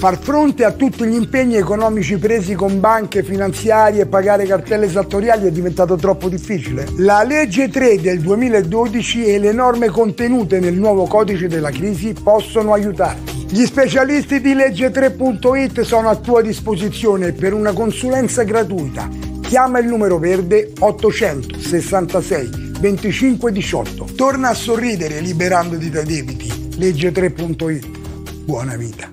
Far fronte a tutti gli impegni economici presi con banche, finanziarie e pagare cartelle esattoriali è diventato troppo difficile. La legge 3 del 2012 e le norme contenute nel nuovo codice della crisi possono aiutarti. Gli specialisti di legge3.it sono a tua disposizione per una consulenza gratuita. Chiama il numero verde 866 25 18. Torna a sorridere liberandoti dai debiti. Legge3.it. Buona vita.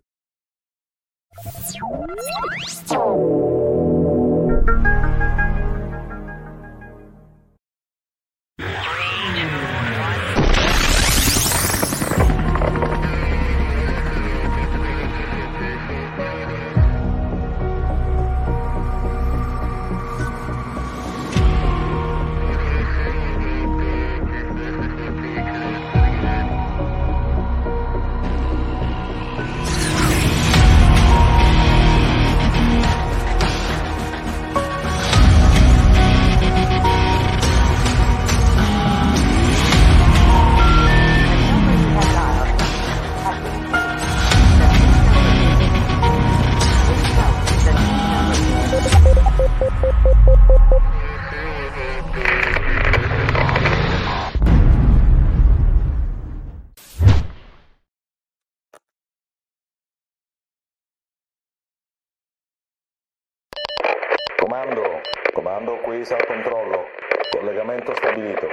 Comando qui sala controllo, collegamento stabilito.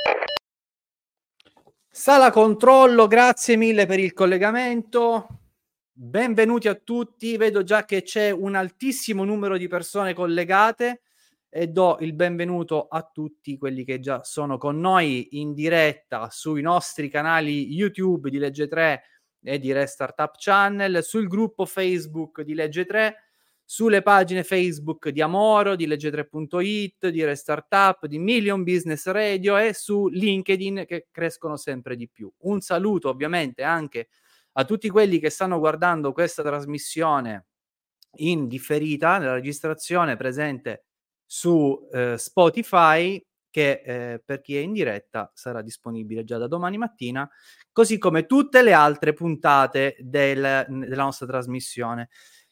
Sala controllo, grazie mille per il collegamento. Benvenuti a tutti, vedo già che c'è un altissimo numero di persone collegate e do il benvenuto a tutti quelli che già sono con noi in diretta sui nostri canali YouTube di Legge 3 e di Restart Up Channel, sul gruppo Facebook di Legge 3, sulle pagine Facebook di Amoro, di Legge3.it, di Restart Up, di Million Business Radio e su LinkedIn, che crescono sempre di più. Un saluto ovviamente anche a tutti quelli che stanno guardando questa trasmissione in differita, nella registrazione presente su Spotify, che per chi è in diretta sarà disponibile già da domani mattina, così come tutte le altre puntate della nostra trasmissione.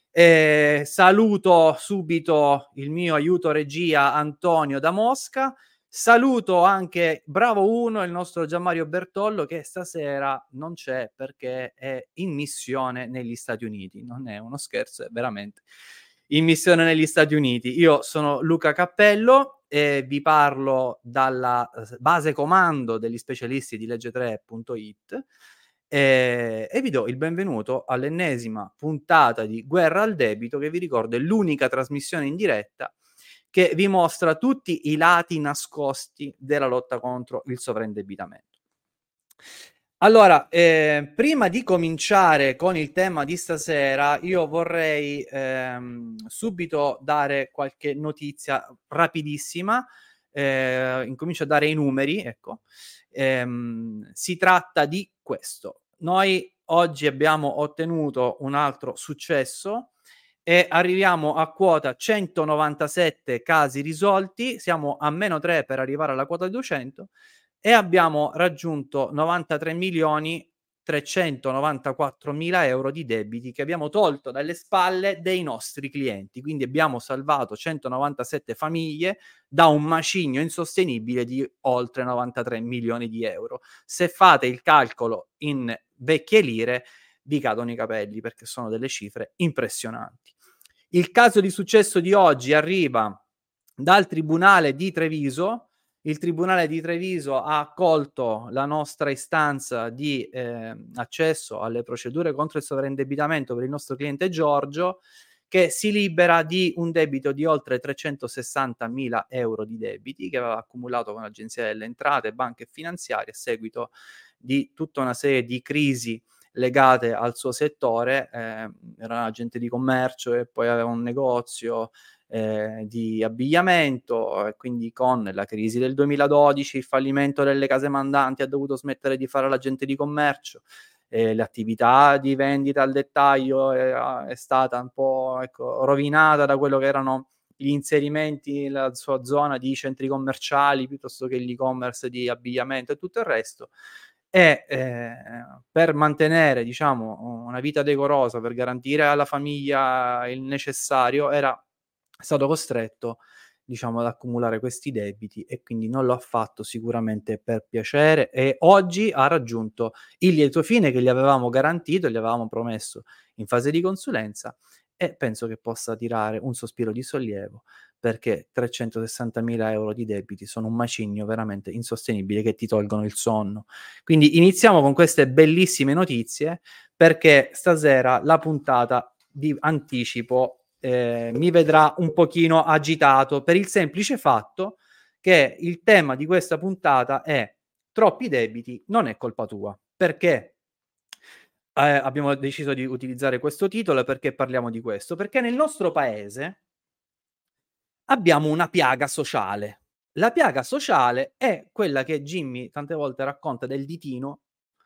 Saluto subito il mio aiuto regia Antonio da Mosca. Saluto anche Bravo Uno, il nostro Gianmario Bertollo, che stasera non c'è perché è in missione negli Stati Uniti. Non è uno scherzo, è veramente in missione negli Stati Uniti. Io sono Luca Cappello e vi parlo dalla base comando degli specialisti di Legge3.it e vi do il benvenuto all'ennesima puntata di Guerra al Debito, che vi ricordo è l'unica trasmissione in diretta che vi mostra tutti i lati nascosti della lotta contro il sovraindebitamento. Allora, prima di cominciare con il tema di stasera, io vorrei subito dare qualche notizia rapidissima. Incomincio a dare i numeri, ecco. Si tratta di questo. Noi oggi abbiamo ottenuto un altro successo e arriviamo a quota 197 casi risolti, siamo a -3 per arrivare alla quota 200 e abbiamo raggiunto 93.394.000 euro di debiti che abbiamo tolto dalle spalle dei nostri clienti. Quindi abbiamo salvato 197 famiglie da un macigno insostenibile di oltre 93 milioni di euro. Se fate il calcolo in vecchie lire vi cadono i capelli, perché sono delle cifre impressionanti. Il caso di successo di oggi arriva dal Tribunale di Treviso. Il Tribunale di Treviso ha accolto la nostra istanza di accesso alle procedure contro il sovraindebitamento per il nostro cliente Giorgio, che si libera di un debito di oltre 360.000 euro di debiti che aveva accumulato con l'Agenzia delle Entrate, banche e finanziarie a seguito di tutta una serie di crisi legate al suo settore. Era un agente di commercio e poi aveva un negozio di abbigliamento, e quindi con la crisi del 2012, il fallimento delle case mandanti, ha dovuto smettere di fare l'agente di commercio. L'attività di vendita al dettaglio è stata un po', ecco, rovinata da quello che erano gli inserimenti nella sua zona di centri commerciali piuttosto che l'e-commerce di abbigliamento e tutto il resto. e per mantenere, diciamo, una vita decorosa, per garantire alla famiglia il necessario, era stato costretto, diciamo, ad accumulare questi debiti e quindi non lo ha fatto sicuramente per piacere e oggi ha raggiunto il lieto fine che gli avevamo garantito, gli avevamo promesso in fase di consulenza e penso che possa tirare un sospiro di sollievo perché 360.000 euro di debiti sono un macigno veramente insostenibile che ti tolgono il sonno. Quindi iniziamo con queste bellissime notizie perché stasera la puntata di anticipo mi vedrà un pochino agitato per il semplice fatto che il tema di questa puntata è troppi debiti non è colpa tua. Perché? Abbiamo deciso di utilizzare questo titolo e perché parliamo di questo? Perché nel nostro paese abbiamo una piaga sociale. La piaga sociale è quella che Jimmy tante volte racconta del ditino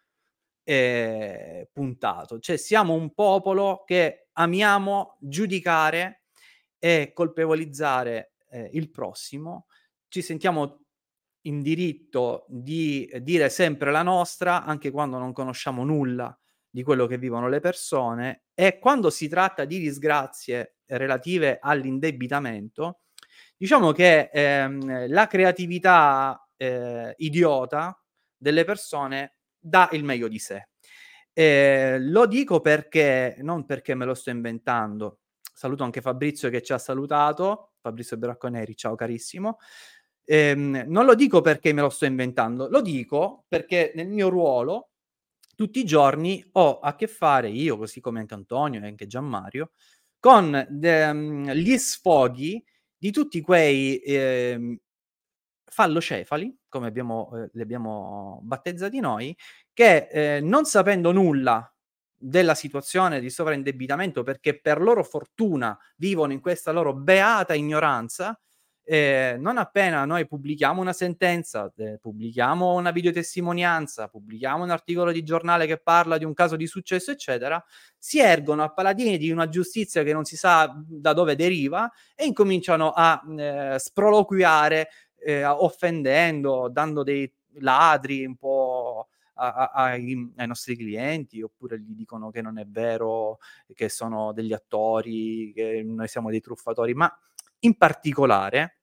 puntato. Cioè siamo un popolo che amiamo giudicare e colpevolizzare, il prossimo. Ci sentiamo in diritto di dire sempre la nostra, anche quando non conosciamo nulla di quello che vivono le persone e quando si tratta di disgrazie relative all'indebitamento, diciamo che, la creatività, idiota delle persone dà il meglio di sé. Lo dico perché non perché me lo sto inventando. Saluto anche Fabrizio che ci ha salutato, Fabrizio Bracconeri, ciao carissimo. Non lo dico perché me lo sto inventando, lo dico perché nel mio ruolo tutti i giorni ho a che fare io, così come anche Antonio e anche Gianmario, con gli sfoghi di tutti quei fallocefali, come li abbiamo battezzati noi, che non sapendo nulla della situazione di sovraindebitamento, perché per loro fortuna vivono in questa loro beata ignoranza, non appena noi pubblichiamo una sentenza, pubblichiamo una videotestimonianza, pubblichiamo un articolo di giornale che parla di un caso di successo, eccetera, si ergono a paladini di una giustizia che non si sa da dove deriva e incominciano a sproloquiare offendendo, dando dei ladri un po' ai nostri clienti, oppure gli dicono che non è vero, che sono degli attori, che noi siamo dei truffatori. Ma in particolare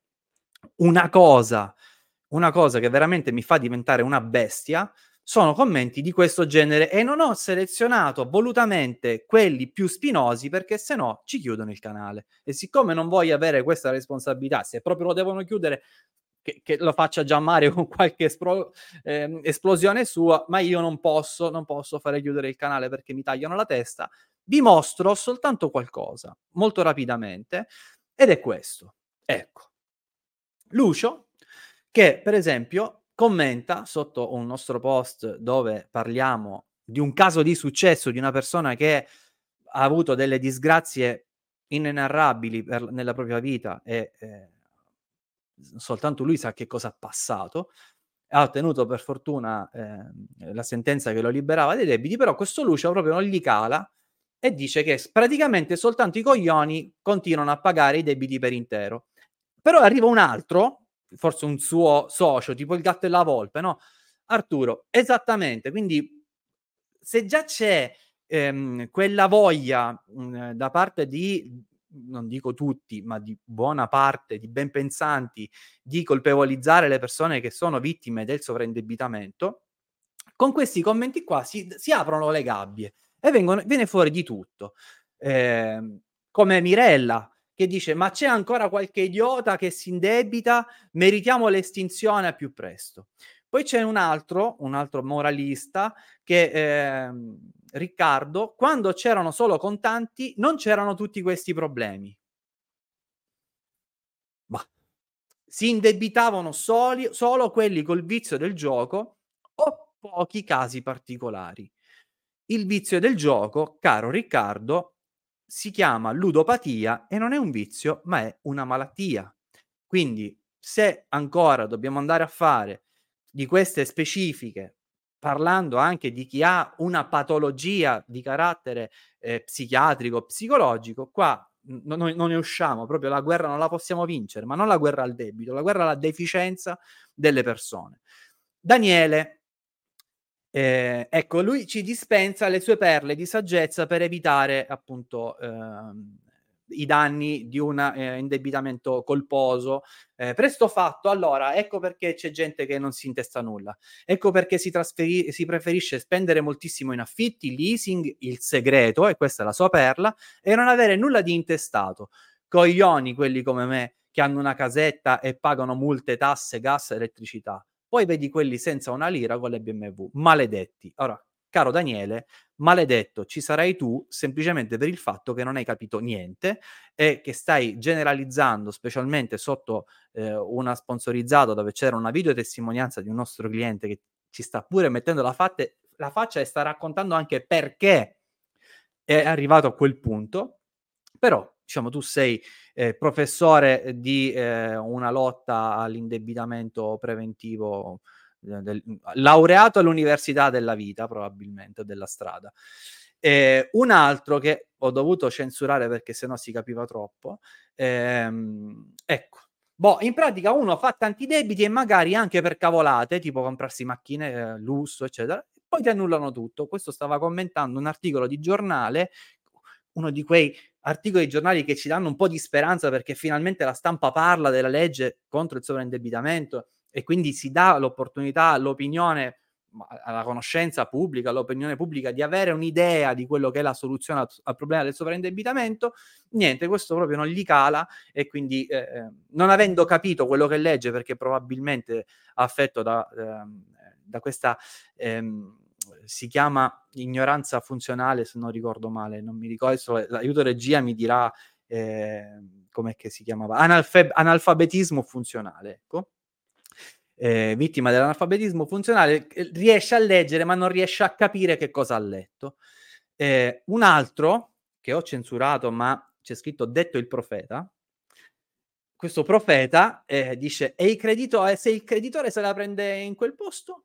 una cosa che veramente mi fa diventare una bestia sono commenti di questo genere e non ho selezionato volutamente quelli più spinosi perché se no ci chiudono il canale e siccome non voglio avere questa responsabilità, se proprio lo devono chiudere che lo faccia già Mario con qualche esplosione sua, ma io non posso fare chiudere il canale perché mi tagliano la testa. Vi mostro soltanto qualcosa, molto rapidamente, ed è questo. Ecco. Lucio, che per esempio commenta sotto un nostro post dove parliamo di un caso di successo di una persona che ha avuto delle disgrazie inenarrabili nella propria vita e soltanto lui sa che cosa ha passato. Ha ottenuto per fortuna la sentenza che lo liberava dai debiti, però questo Lucio proprio non gli cala e dice che praticamente soltanto i coglioni continuano a pagare i debiti per intero. Però arriva un altro, forse un suo socio, tipo il gatto e la volpe, no? Arturo, esattamente, quindi se già c'è quella voglia da parte di, non dico tutti, ma di buona parte di ben pensanti, di colpevolizzare le persone che sono vittime del sovraindebitamento, con questi commenti qua si aprono le gabbie e viene fuori di tutto. Come Mirella che dice: ma c'è ancora qualche idiota che si indebita? Meritiamo l'estinzione al più presto. Poi c'è un altro moralista che Riccardo, quando c'erano solo contanti non c'erano tutti questi problemi. Bah. Si indebitavano solo quelli col vizio del gioco o pochi casi particolari. Il vizio del gioco, caro Riccardo, si chiama ludopatia e non è un vizio, ma è una malattia. Quindi, se ancora dobbiamo andare a fare di queste specifiche, parlando anche di chi ha una patologia di carattere psichiatrico, psicologico, qua non ne usciamo, proprio la guerra non la possiamo vincere, ma non la guerra al debito, la guerra alla deficienza delle persone. Daniele Ecco, lui ci dispensa le sue perle di saggezza per evitare appunto i danni di un indebitamento colposo. Presto fatto, allora, ecco perché c'è gente che non si intesta nulla. Ecco perché si preferisce spendere moltissimo in affitti, leasing, il segreto, e questa è la sua perla, e non avere nulla di intestato. Coglioni quelli come me che hanno una casetta e pagano multe, tasse, gas, elettricità. Poi vedi quelli senza una lira con le BMW, maledetti. Ora, caro Daniele, maledetto ci sarai tu semplicemente per il fatto che non hai capito niente e che stai generalizzando, specialmente sotto una sponsorizzata dove c'era una videotestimonianza di un nostro cliente che ci sta pure mettendo la faccia e sta raccontando anche perché è arrivato a quel punto. Però, diciamo, tu sei professore di una lotta all'indebitamento preventivo, laureato all'Università della Vita, probabilmente, della strada. Un altro che ho dovuto censurare perché sennò si capiva troppo, ecco. In pratica uno fa tanti debiti e magari anche per cavolate, tipo comprarsi macchine, lusso, eccetera, poi ti annullano tutto. Questo stava commentando un articolo di giornale, uno di quei articoli di giornali che ci danno un po' di speranza perché finalmente la stampa parla della legge contro il sovraindebitamento e quindi si dà l'opportunità all'opinione, alla conoscenza pubblica, all'opinione pubblica di avere un'idea di quello che è la soluzione al problema del sovraindebitamento. Niente, questo proprio non gli cala e quindi non avendo capito quello che legge, perché probabilmente affetto da questa si chiama ignoranza funzionale, se non ricordo male, non mi ricordo, adesso l'aiuto regia mi dirà com'è che si chiamava, analfabetismo funzionale, ecco. Vittima dell'analfabetismo funzionale, riesce a leggere ma non riesce a capire che cosa ha letto. Un altro che ho censurato, ma c'è scritto detto il profeta. Questo profeta dice: e se il creditore se la prende in quel posto,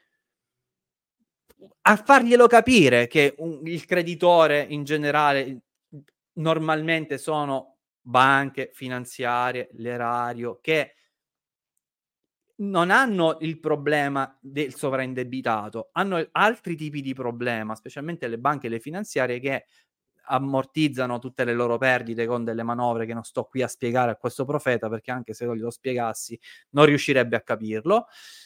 a farglielo capire che il creditore in generale normalmente sono banche, finanziarie, l'erario, che non hanno il problema del sovraindebitato, hanno altri tipi di problema, specialmente le banche e le finanziarie che ammortizzano tutte le loro perdite con delle manovre che non sto qui a spiegare a questo profeta, perché anche se io glielo spiegassi non riuscirebbe a capirlo.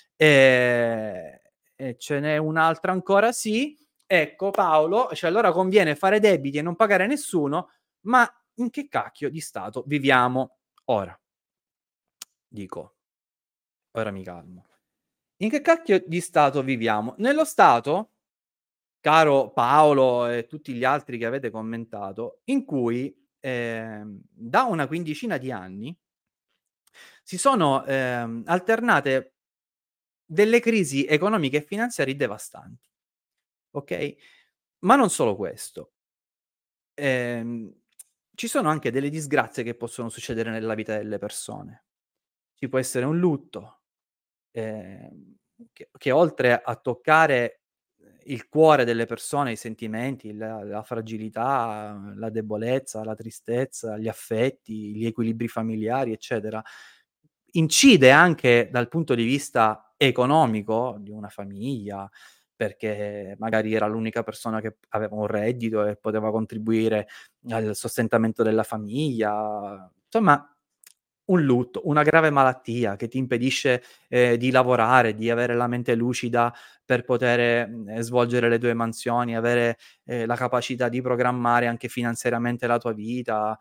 E ce n'è un'altra ancora, sì. Ecco Paolo, cioè allora conviene fare debiti e non pagare nessuno, ma in che cacchio di stato viviamo ora? Dico, ora mi calmo. In che cacchio di stato viviamo? Nello stato, caro Paolo e tutti gli altri che avete commentato, in cui da una quindicina di anni si sono alternate delle crisi economiche e finanziarie devastanti, ok? Ma non solo questo. Ci sono anche delle disgrazie che possono succedere nella vita delle persone. Ci può essere un lutto, che oltre a toccare il cuore delle persone, i sentimenti, la fragilità, la debolezza, la tristezza, gli affetti, gli equilibri familiari, eccetera, incide anche dal punto di vista economico di una famiglia, perché magari era l'unica persona che aveva un reddito e poteva contribuire al sostentamento della famiglia. Insomma, un lutto, una grave malattia che ti impedisce di lavorare, di avere la mente lucida per poter svolgere le tue mansioni, avere la capacità di programmare anche finanziariamente la tua vita.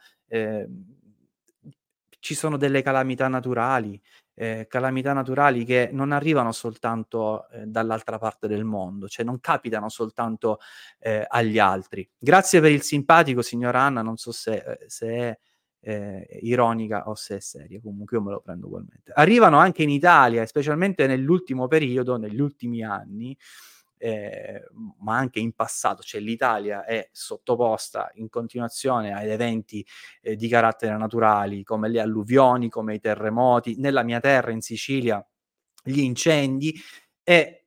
Ci sono delle calamità naturali che non arrivano soltanto dall'altra parte del mondo, cioè non capitano soltanto agli altri. Grazie per il simpatico, signor Anna, non so se è ironica o se è seria, comunque io me lo prendo ugualmente. Arrivano anche in Italia, specialmente nell'ultimo periodo, negli ultimi anni, ma anche in passato, cioè l'Italia è sottoposta in continuazione ad eventi di carattere naturali, come le alluvioni, come i terremoti, nella mia terra in Sicilia gli incendi, e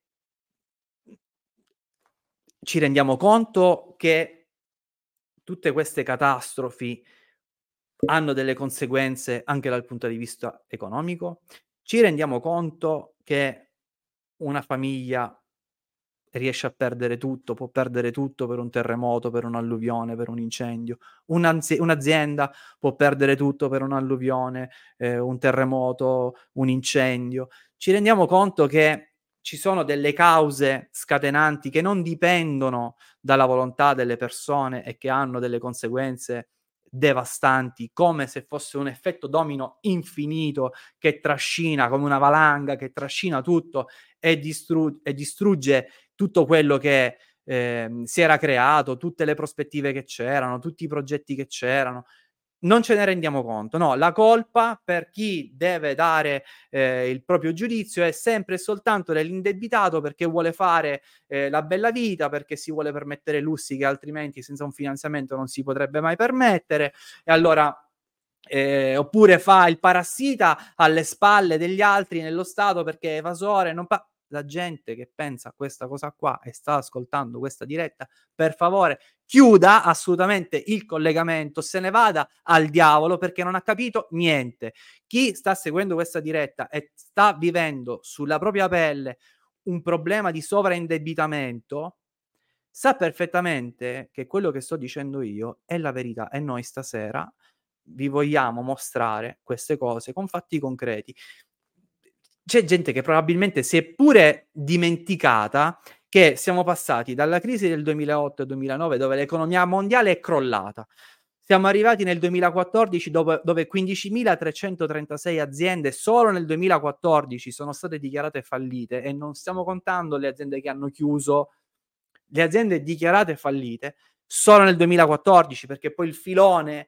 ci rendiamo conto che tutte queste catastrofi hanno delle conseguenze anche dal punto di vista economico. Ci rendiamo conto che una famiglia riesce a perdere tutto, può perdere tutto per un terremoto, per un'alluvione, per un incendio. Un'azienda può perdere tutto per un'alluvione, un terremoto, un incendio. Ci rendiamo conto che ci sono delle cause scatenanti che non dipendono dalla volontà delle persone e che hanno delle conseguenze devastanti, come se fosse un effetto domino infinito che trascina come una valanga, che trascina tutto e distrugge tutto quello che si era creato, tutte le prospettive che c'erano, tutti i progetti che c'erano. Non ce ne rendiamo conto, no, la colpa per chi deve dare il proprio giudizio è sempre e soltanto dell'indebitato, perché vuole fare la bella vita, perché si vuole permettere lussi che altrimenti senza un finanziamento non si potrebbe mai permettere, e allora oppure fa il parassita alle spalle degli altri nello Stato perché è evasore, non pa- la gente che pensa a questa cosa qua e sta ascoltando questa diretta, per favore chiuda assolutamente il collegamento, se ne vada al diavolo, perché non ha capito niente. Chi sta seguendo questa diretta e sta vivendo sulla propria pelle un problema di sovraindebitamento sa perfettamente che quello che sto dicendo io è la verità, e noi stasera vi vogliamo mostrare queste cose con fatti concreti. C'è gente che probabilmente si è pure dimenticata che siamo passati dalla crisi del 2008 e 2009, dove l'economia mondiale è crollata. Siamo arrivati nel 2014 dove 15.336 aziende solo nel 2014 sono state dichiarate fallite, e non stiamo contando le aziende che hanno chiuso, le aziende dichiarate fallite solo nel 2014, perché poi il filone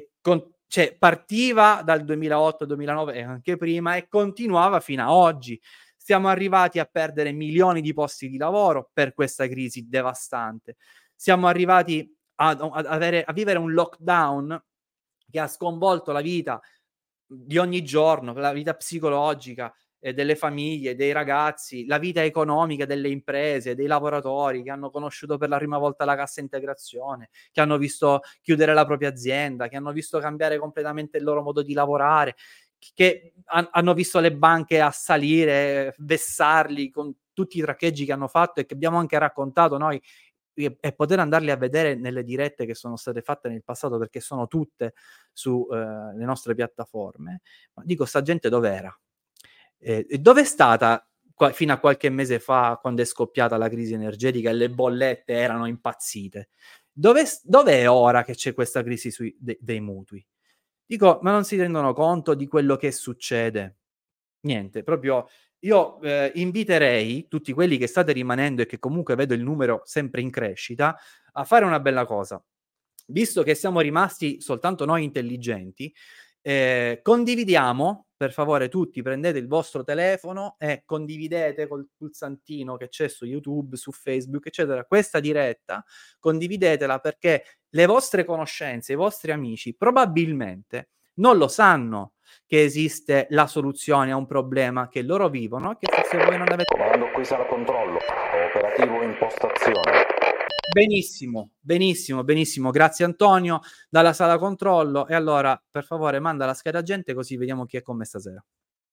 partiva dal 2008-2009 e anche prima e continuava fino a oggi. Siamo arrivati a perdere milioni di posti di lavoro per questa crisi devastante. Siamo arrivati a vivere un lockdown che ha sconvolto la vita di ogni giorno, la vita psicologica delle famiglie, dei ragazzi, la vita economica delle imprese, dei lavoratori che hanno conosciuto per la prima volta la cassa integrazione, che hanno visto chiudere la propria azienda, che hanno visto cambiare completamente il loro modo di lavorare, che hanno visto le banche assalire, vessarli con tutti i traccheggi che hanno fatto e che abbiamo anche raccontato noi, e poter andarli a vedere nelle dirette che sono state fatte nel passato, perché sono tutte su le nostre piattaforme. Ma dico, sta gente dov'era? Dove è stata fino a qualche mese fa, quando è scoppiata la crisi energetica e le bollette erano impazzite? Dov'è ora che c'è questa crisi dei mutui? Dico, ma non si rendono conto di quello che succede? Niente, proprio io inviterei tutti quelli che state rimanendo e che comunque vedo il numero sempre in crescita a fare una bella cosa. Visto che siamo rimasti soltanto noi intelligenti, condividiamo, per favore tutti prendete il vostro telefono e condividete col pulsantino che c'è su YouTube, su Facebook, eccetera, questa diretta, condividetela, perché le vostre conoscenze, i vostri amici probabilmente non lo sanno che esiste la soluzione a un problema che loro vivono, che forse voi non avete. Comando qui sala controllo, operativo impostazione. Benissimo, grazie Antonio dalla sala controllo. E allora, per favore, manda la scheda agente così vediamo chi è con me stasera.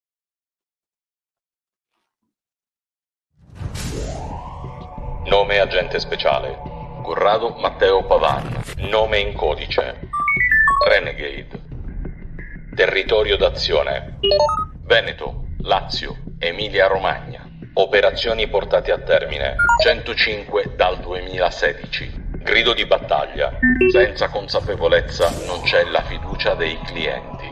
Nome agente speciale Corrado Matteo Pavani. Nome in codice Renegade. Territorio d'azione Veneto, Lazio, Emilia Romagna. Operazioni portate a termine 105 dal 2016. Grido di battaglia: senza consapevolezza non c'è la fiducia dei clienti.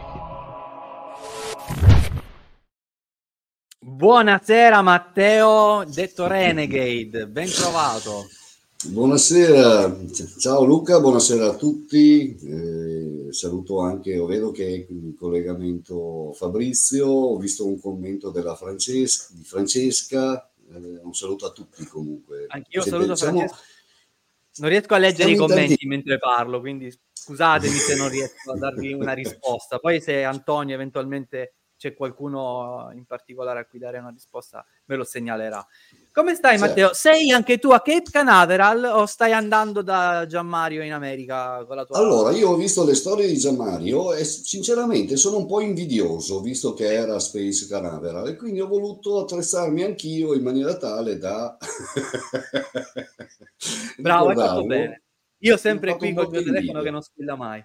Buonasera Matteo, detto Renegade, ben trovato. Buonasera, ciao Luca, buonasera a tutti. Saluto anche, vedo che è in collegamento Fabrizio, ho visto un commento di Francesca, un saluto a tutti comunque. Anch'io saluto Francesca. Non riesco a leggere i commenti mentre parlo, quindi scusatemi se non riesco a darvi una risposta. Poi se Antonio eventualmente c'è qualcuno in particolare a cui dare una risposta, me lo segnalerà. Come stai, Certo. Matteo? Sei anche tu a Cape Canaveral o stai andando da Gianmario in America con la tua... Allora, io ho visto le storie di Gianmario e sinceramente sono un po' invidioso, visto che era Space Canaveral, e quindi ho voluto attrezzarmi anch'io in maniera tale da Bravo, hai fatto ricordarlo. bene. Io Mi ha sempre fatto qui un col po' mio di telefono invidia. che non squilla mai.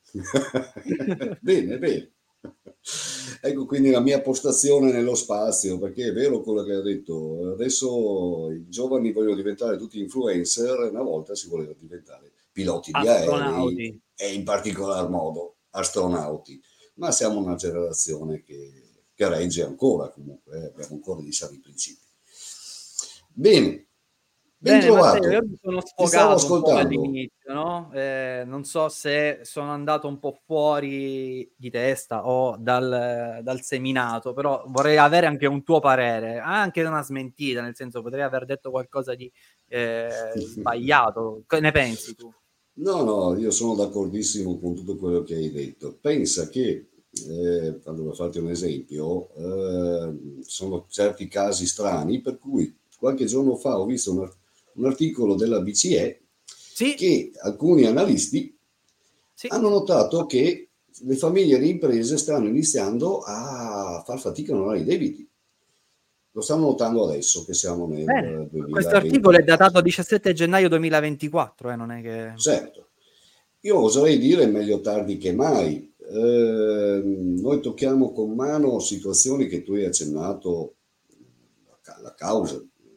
Bene, bene. Ecco quindi la mia postazione nello spazio, perché è vero quello che ha detto. Adesso i giovani vogliono diventare tutti influencer, una volta si voleva diventare piloti di aerei Astronauti. e in particolar modo astronauti. Ma siamo una generazione che regge ancora comunque, abbiamo ancora dei sani principi. Bene, ben Bene, Matteo, io trovato. mi sono Ti stavo sfogato un po' ascoltando. all'inizio, no? Non so se sono andato un po' fuori di testa o dal seminato, però vorrei avere anche un tuo parere, anche una smentita, nel senso potrei aver detto qualcosa di sbagliato. Che ne pensi tu? No, io sono d'accordissimo con tutto quello che hai detto. Pensa che, allora farti un esempio, sono certi casi strani per cui qualche giorno fa ho visto un articolo della BCE Sì, che alcuni analisti sì. hanno notato che le famiglie e le imprese stanno iniziando a far fatica a non avere i debiti. Lo stanno notando adesso che siamo Bene. nel Questo articolo è 2024. datato 17 gennaio 2024, non è che... Certo, io oserei dire meglio tardi che mai. Noi tocchiamo con mano situazioni che tu hai accennato, la causa,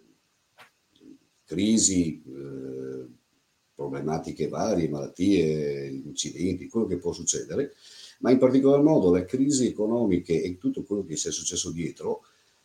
crisi, problematiche varie, malattie, incidenti, quello che può succedere, ma in particolar modo le crisi economiche e tutto quello che si è successo dietro.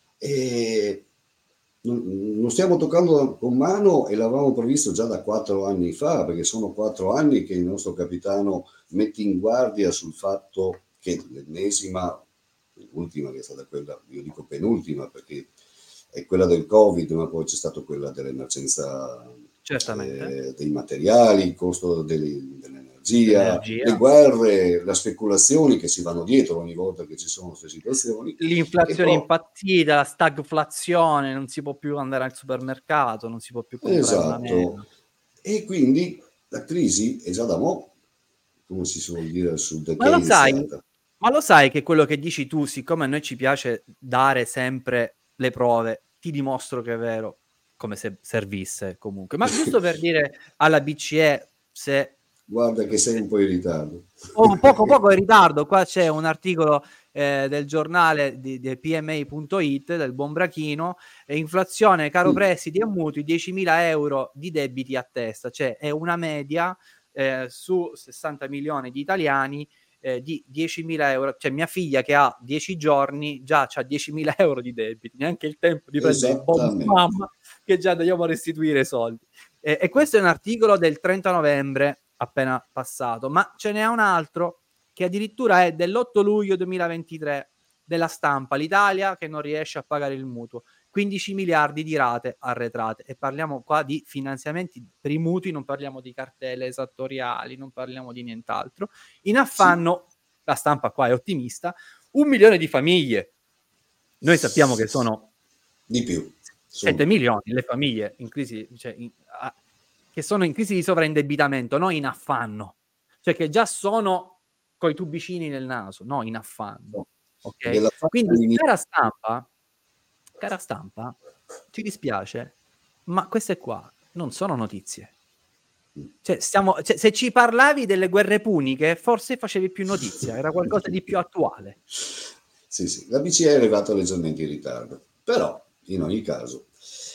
Non stiamo toccando con mano e l'avevamo previsto già da 4 anni fa, perché sono 4 anni che il nostro capitano mette in guardia sul fatto che l'ennesima, l'ultima che è stata quella, io dico penultima perché è quella del Covid, ma poi c'è stata quella dell'emergenza Certamente. dei materiali, il costo dell'energia, le L'energia. guerre, le speculazioni che si vanno dietro ogni volta che ci sono queste situazioni. L'inflazione impazzita, la stagflazione, non si può più andare al supermercato, non si può più comprare una mela. Esatto, e quindi la crisi è già da mo', come si suol dire al sud, Ma che è lo sai, iniziata. ma lo sai che quello che dici tu, siccome a noi ci piace dare sempre le prove, ti dimostro che è vero, come se servisse comunque. Ma giusto per dire alla BCE, se Guarda che sei un po' in ritardo. poco in ritardo, qua c'è un articolo del giornale di PMI.it del buon Brachino, inflazione, caro prestiti e mutui, 10.000 euro di debiti a testa, cioè è una media su 60 milioni di italiani di 10.000 euro, cioè mia figlia che ha 10 giorni già ha 10.000 euro di debiti, neanche il tempo di prendere il bonus Esattamente. mamma che già dobbiamo restituire i soldi. E questo è un articolo del 30 novembre appena passato, ma ce n'è un altro che addirittura è dell'8 luglio 2023 della Stampa, l'Italia che non riesce a pagare il mutuo, 15 miliardi di rate arretrate, e parliamo qua di finanziamenti per i mutui, non parliamo di cartelle esattoriali, non parliamo di nient'altro. In affanno, la Stampa qua è ottimista, 1 milione di famiglie. Noi sappiamo che sono di più, 7 milioni le famiglie in crisi, cioè che sono in crisi di sovraindebitamento, non in affanno, cioè che già sono coi tubicini nel naso, no in affanno. Ok? Quindi, cara stampa, ci dispiace, ma queste qua non sono notizie. Cioè, se ci parlavi delle guerre puniche, forse facevi più notizia, era qualcosa di più attuale. Sì, la BCE è arrivata leggermente in ritardo, però in ogni caso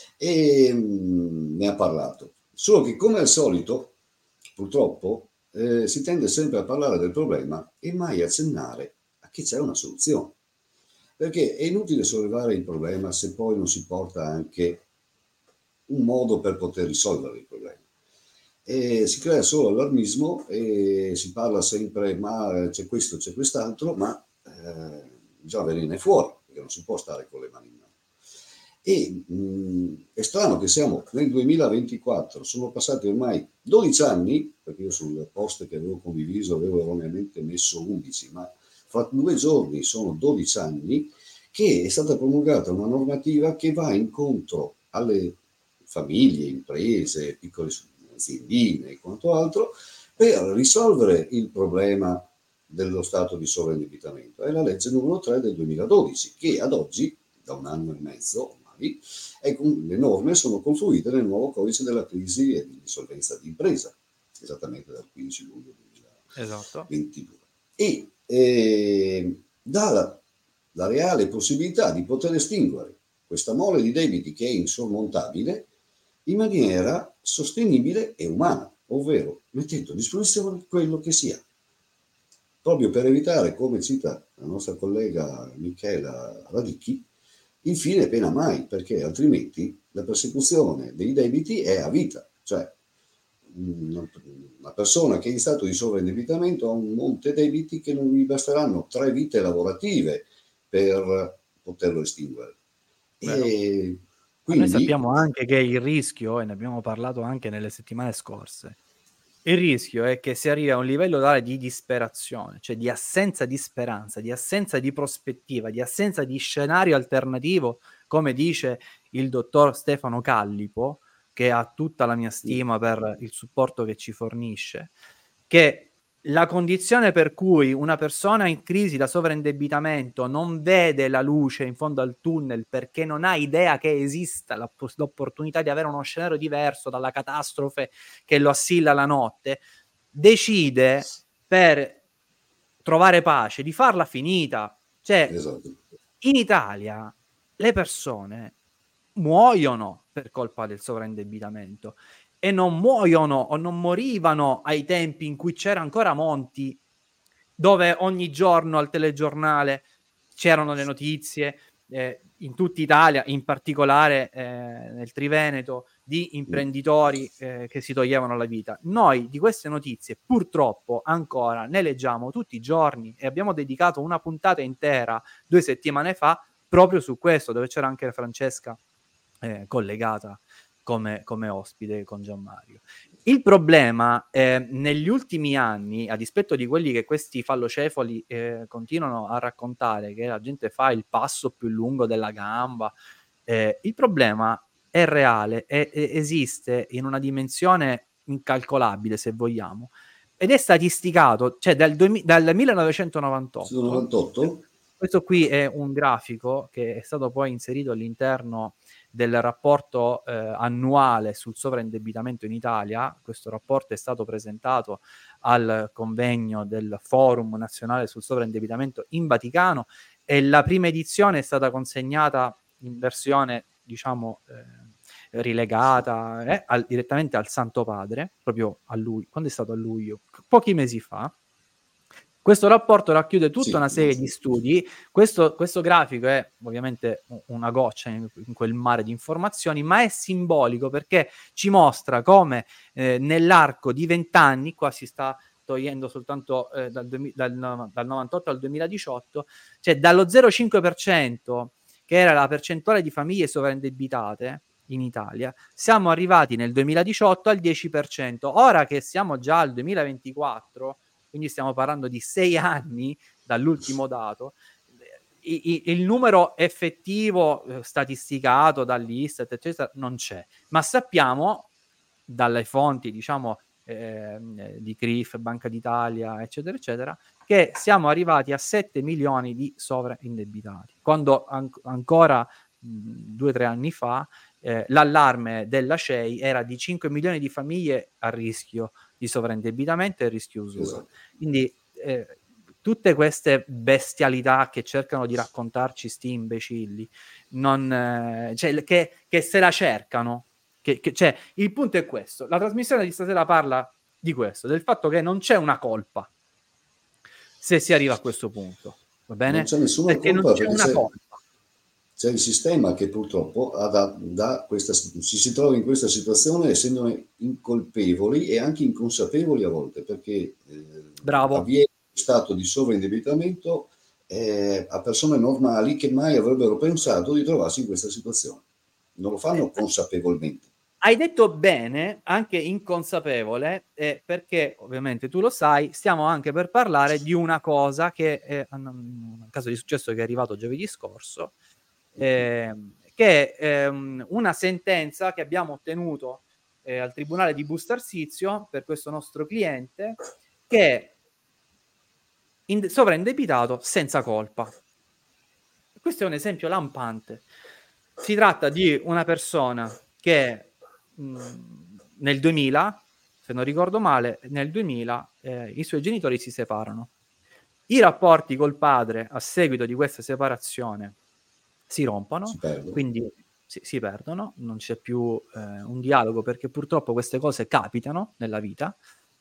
ne ha parlato. Solo che come al solito, purtroppo, si tende sempre a parlare del problema e mai accennare a che c'è una soluzione. Perché è inutile sollevare il problema se poi non si porta anche un modo per poter risolvere il problema. E si crea solo allarmismo e si parla sempre ma c'è questo, c'è quest'altro, ma bisogna venirne fuori, perché non si può stare con le mani in mano. E è strano che siamo nel 2024, sono passati ormai 12 anni, perché io sul post che avevo condiviso avevo erroneamente messo 11, ma fra 2 giorni, sono 12 anni, che è stata promulgata una normativa che va incontro alle famiglie, imprese, piccole aziendine e quanto altro, per risolvere il problema dello stato di sovraindebitamento. È la legge numero 3 del 2012, che ad oggi, da 1 anno e mezzo ormai, le norme sono confluite nel nuovo codice della crisi e dell'insolvenza di impresa, esattamente dal 15 luglio 2022. E dà la reale possibilità di poter estinguere questa mole di debiti che è insormontabile in maniera sostenibile e umana, ovvero mettendo a disposizione quello che si ha, proprio per evitare, come cita la nostra collega Michela Radicchi, infine pena mai, perché altrimenti la persecuzione dei debiti è a vita, cioè una persona che è in stato di sovraindebitamento ha un monte debiti che non gli basteranno 3 vite lavorative per poterlo estinguere. E quindi noi sappiamo anche che il rischio, e ne abbiamo parlato anche nelle settimane scorse, il rischio è che si arriva a un livello tale di disperazione, cioè di assenza di speranza, di assenza di prospettiva, di assenza di scenario alternativo, come dice il dottor Stefano Callipo, che ha tutta la mia stima per il supporto che ci fornisce, che la condizione per cui una persona in crisi da sovraindebitamento non vede la luce in fondo al tunnel perché non ha idea che esista l'opportunità di avere uno scenario diverso dalla catastrofe che lo assilla la notte, decide per trovare pace di farla finita. Cioè, esatto. In Italia le persone muoiono per colpa del sovraindebitamento e non muoiono o non morivano ai tempi in cui c'era ancora Monti, dove ogni giorno al telegiornale c'erano le notizie in tutta Italia, in particolare nel Triveneto, di imprenditori che si toglievano la vita. Noi di queste notizie purtroppo ancora ne leggiamo tutti i giorni e abbiamo dedicato una puntata intera 2 settimane fa proprio su questo, dove c'era anche Francesca collegata come ospite con Gianmario. Il problema negli ultimi anni, a dispetto di quelli che questi fallocefoli continuano a raccontare, che la gente fa il passo più lungo della gamba, il problema è reale, esiste in una dimensione incalcolabile, se vogliamo, ed è statisticato, cioè dal 1998. 98? Questo qui è un grafico che è stato poi inserito all'interno del rapporto annuale sul sovraindebitamento in Italia. Questo rapporto è stato presentato al convegno del Forum Nazionale sul Sovraindebitamento in Vaticano e la prima edizione è stata consegnata in versione, diciamo, rilegata direttamente al Santo Padre, proprio a lui, quando è stato a luglio, pochi mesi fa. Questo rapporto racchiude tutta una serie di studi. Questo grafico è ovviamente una goccia in quel mare di informazioni, ma è simbolico perché ci mostra come nell'arco di 20 anni, qua si sta togliendo soltanto dal 98 al 2018, cioè dallo 0,5% che era la percentuale di famiglie sovraindebitate in Italia, siamo arrivati nel 2018 al 10%. Ora che siamo già al 2024, quindi stiamo parlando di 6 anni dall'ultimo dato, il numero effettivo statisticato dall'Istat, eccetera, non c'è, ma sappiamo dalle fonti, diciamo, di CRIF, Banca d'Italia, eccetera, eccetera, che siamo arrivati a 7 milioni di sovraindebitati, quando ancora 2 o 3 anni fa l'allarme della CEI era di 5 milioni di famiglie a rischio di sovraindebitamento e a rischio usura. Esatto. Quindi tutte queste bestialità che cercano di raccontarci sti imbecilli, cioè, che se la cercano, cioè, il punto è questo. La trasmissione di stasera parla di questo, del fatto che non c'è una colpa se si arriva a questo punto, va bene? Non c'è nessuna perché colpa, non c'è perché una colpa. C'è il sistema che purtroppo si trova in questa situazione essendo incolpevoli e anche inconsapevoli a volte, perché avviene un stato di sovraindebitamento a persone normali che mai avrebbero pensato di trovarsi in questa situazione. Non lo fanno consapevolmente. Hai detto bene, anche inconsapevole, perché ovviamente tu lo sai, stiamo anche per parlare di una cosa che è un caso di successo che è arrivato giovedì scorso, che è una sentenza che abbiamo ottenuto al Tribunale di Busto Arsizio per questo nostro cliente che è sovraindebitato senza colpa. Questo è un esempio lampante. Si tratta di una persona che nel 2000, se non ricordo male, nel 2000 i suoi genitori si separano. I rapporti col padre a seguito di questa separazione si rompono, quindi si perdono, non c'è più un dialogo perché purtroppo queste cose capitano nella vita.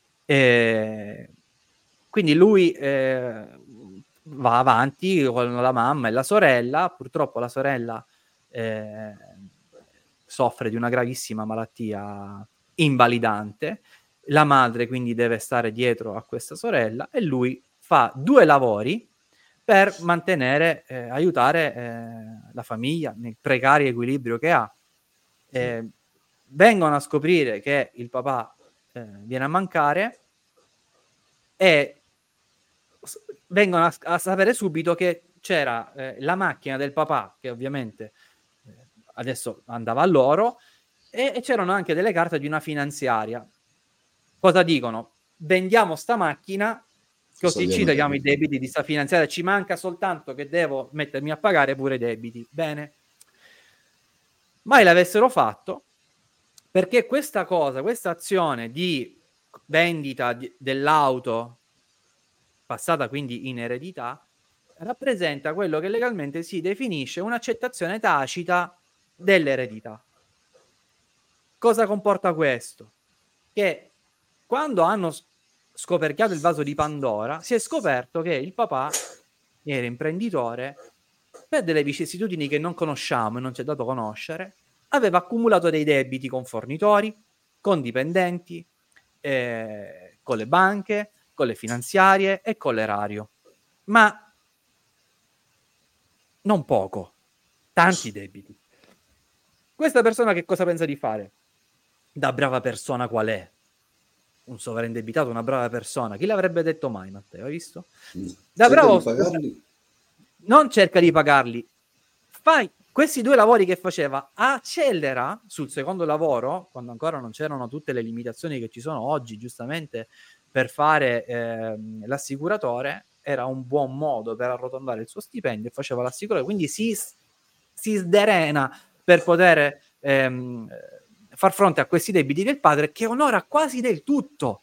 Quindi lui va avanti con la mamma e la sorella, purtroppo la sorella soffre di una gravissima malattia invalidante, la madre quindi deve stare dietro a questa sorella e lui fa 2 lavori per mantenere, aiutare la famiglia nel precario equilibrio che ha. Vengono a scoprire che il papà viene a mancare e vengono a sapere subito che c'era la macchina del papà, che ovviamente adesso andava a loro, e c'erano anche delle carte di una finanziaria. Cosa dicono? Vendiamo sta macchina, così ci togliamo i debiti di sta finanziaria, ci manca soltanto che devo mettermi a pagare pure i debiti. Bene. Mai l'avessero fatto, perché questa cosa, questa azione di vendita dell'auto passata quindi in eredità, rappresenta quello che legalmente si definisce un'accettazione tacita dell'eredità. Cosa comporta questo? Che quando hanno scoperchiato il vaso di Pandora, si è scoperto che il papà era imprenditore, per delle vicissitudini che non conosciamo e non ci è dato conoscere, aveva accumulato dei debiti con fornitori, con dipendenti, con le banche, con le finanziarie e con l'erario. Ma non poco, tanti debiti. Questa persona che cosa pensa di fare? Da brava persona qual è? Un sovraindebitato, una brava persona. Chi l'avrebbe detto mai, Matteo? Hai visto? Da bravo, non cerca di pagarli. Fai questi 2 lavori che faceva, accelera sul secondo lavoro, quando ancora non c'erano tutte le limitazioni che ci sono oggi, giustamente, per fare l'assicuratore, era un buon modo per arrotondare il suo stipendio e faceva l'assicuratore, quindi si sderena per poter far fronte a questi debiti del padre che onora quasi del tutto.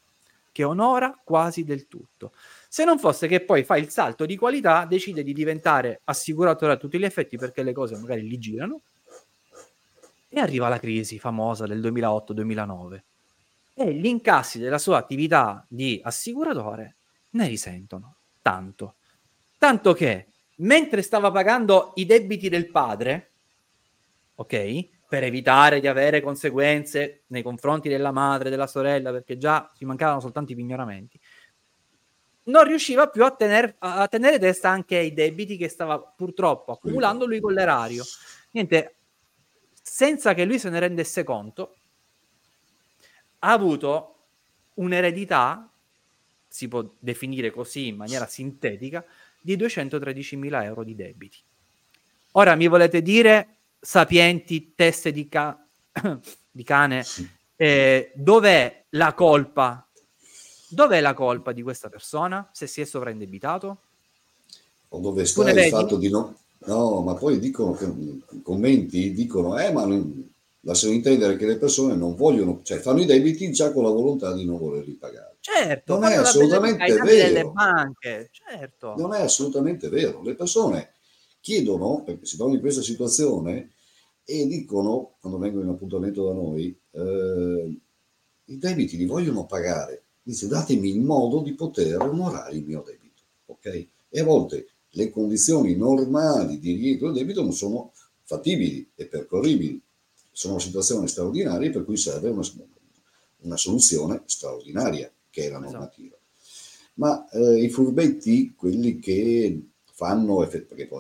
Se non fosse che poi fa il salto di qualità, decide di diventare assicuratore a tutti gli effetti perché le cose magari gli girano e arriva la crisi famosa del 2008-2009 e gli incassi della sua attività di assicuratore ne risentono tanto che mentre stava pagando i debiti del padre, ok, per evitare di avere conseguenze nei confronti della madre, della sorella, perché già ci mancavano soltanto i pignoramenti, non riusciva più a tenere testa anche ai debiti che stava purtroppo accumulando lui con l'erario. Niente, senza che lui se ne rendesse conto, ha avuto un'eredità, si può definire così in maniera sintetica, di 213.000 euro di debiti. Ora mi volete dire, sapienti teste di cane, dov'è la colpa? Dov'è la colpa di questa persona se si è sovraindebitato? O dove sta il fatto di no, ma poi dicono che i commenti dicono ma lasciano intendere che le persone non vogliono, cioè fanno i debiti già con la volontà di non volerli pagare. Certo, non è assolutamente vero. Delle banche, certo. Non è assolutamente vero. Le persone chiedono, perché si trovano in questa situazione, e dicono, quando vengono in appuntamento da noi, i debiti li vogliono pagare. Dice, datemi il modo di poter onorare il mio debito. Ok? E a volte le condizioni normali di rientro del debito non sono fattibili e percorribili. Sono situazioni straordinarie per cui serve una soluzione straordinaria, che è la normativa. Ma i furbetti, quelli che fanno, perché poi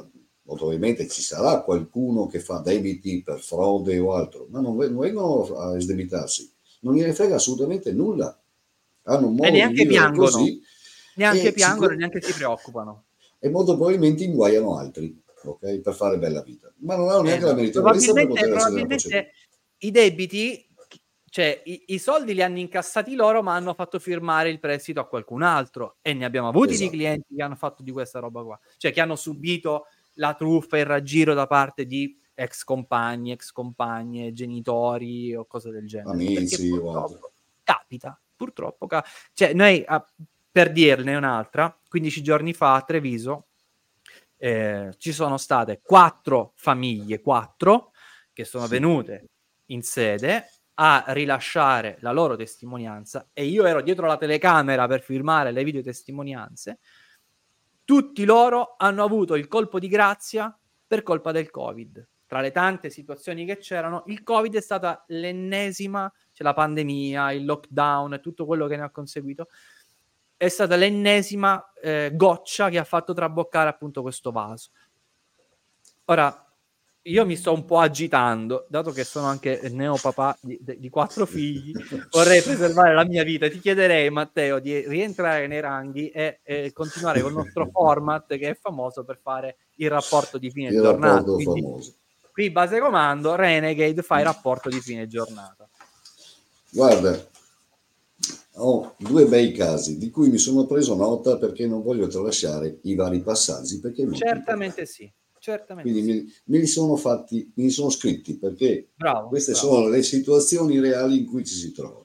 molto probabilmente ci sarà qualcuno che fa debiti per frode o altro, ma non vengono a esdebitarsi, non gliene frega assolutamente nulla, hanno un E modo di vivere così neanche e, piangono e neanche si preoccupano. e molto probabilmente inguaiano altri, ok, per fare bella vita, ma non hanno neanche la Esatto. meritevolezza per poter essere nella procedura. Probabilmente i debiti, cioè i soldi li hanno incassati loro, ma hanno fatto firmare il prestito a qualcun altro, e ne abbiamo avuti di Esatto. clienti che hanno fatto di questa roba qua, cioè che hanno subito la truffa e il raggiro da parte di ex compagni, ex compagne, genitori o cose del genere. Amici Perché o altro. capita, purtroppo. Cioè noi, per dirne un'altra, 15 giorni fa a Treviso ci sono state 4 famiglie, 4 che sono venute in sede a rilasciare la loro testimonianza, e io ero dietro la telecamera per firmare le videotestimonianze. Tutti loro hanno avuto il colpo di grazia per colpa del Covid. Tra le tante situazioni che c'erano, il Covid è stata l'ennesima, cioè la pandemia, il lockdown e tutto quello che ne ha conseguito, è stata l'ennesima goccia che ha fatto traboccare appunto questo vaso. Ora, io mi sto un po' agitando, dato che sono anche neopapà di 4 figli, vorrei preservare la mia vita. Ti chiederei, Matteo, di rientrare nei ranghi e continuare con il nostro format che è famoso per fare il rapporto di fine Il giornata. rapporto Quindi, famoso. qui base comando, Renegade fa il rapporto di fine giornata. Guarda, ho 2 bei casi di cui mi sono preso nota perché non voglio tralasciare i vari passaggi, perché è molto Certamente importante. sì, certamente Quindi sì. me li sono fatti, me li sono scritti perché Bravo, queste bravo. sono le situazioni reali in cui ci si trova.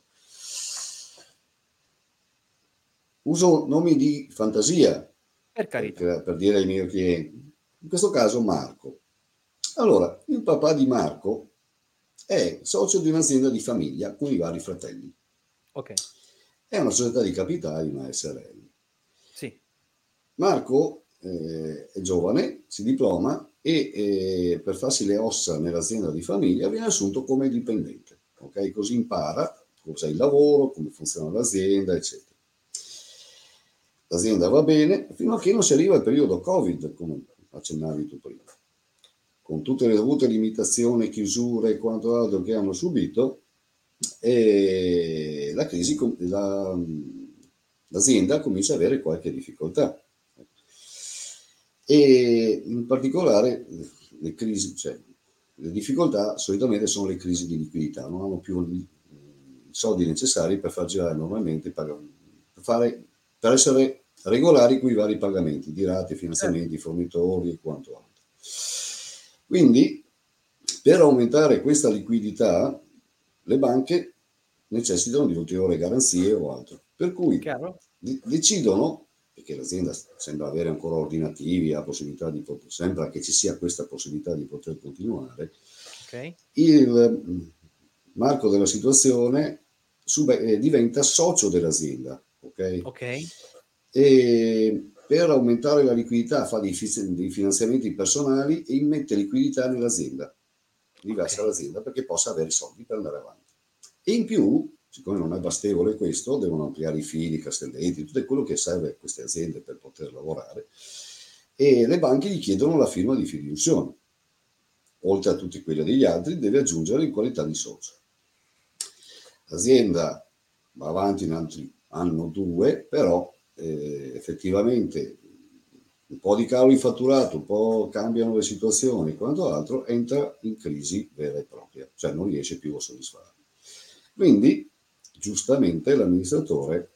Uso nomi di fantasia Per carità. per dire ai miei clienti. In questo caso Marco. Allora, il papà di Marco è socio di un'azienda di famiglia con i vari fratelli. Ok, È una società di capitali, una SRL. sì, Marco è giovane, si diploma e per farsi le ossa nell'azienda di famiglia viene assunto come dipendente. Ok, così impara cos'è il lavoro, come funziona l'azienda, eccetera. L'azienda va bene fino a che non si arriva al periodo Covid, come accennavi tu prima. Con tutte le dovute limitazioni, chiusure e quanto altro che hanno subito, e la crisi, l'azienda comincia ad avere qualche difficoltà. E in particolare le crisi, cioè le difficoltà solitamente sono le crisi di liquidità, non hanno più i soldi necessari per far girare normalmente, per essere regolari con i vari pagamenti di rate, finanziamenti, fornitori e quanto altro. Quindi per aumentare questa liquidità le banche necessitano di ulteriori garanzie o altro, per cui decidono, perché l'azienda sembra avere ancora ordinativi, ha possibilità di sembra che ci sia questa possibilità di poter continuare, il Marco della situazione diventa socio dell'azienda, ok? E per aumentare la liquidità fa dei finanziamenti personali e immette liquidità nell'azienda, diversa l'azienda perché possa avere soldi per andare avanti. E in più, siccome non è bastevole questo, devono ampliare i fili, castelletti, tutto quello che serve a queste aziende per poter lavorare, e le banche gli chiedono la firma di fideiussione. Oltre a tutti quelli degli altri, deve aggiungere in qualità di socio. L'azienda va avanti in altri anno o 2, però effettivamente un po' di calo di fatturato, un po' cambiano le situazioni e quanto altro, entra in crisi vera e propria, cioè non riesce più a soddisfare. Quindi, giustamente, l'amministratore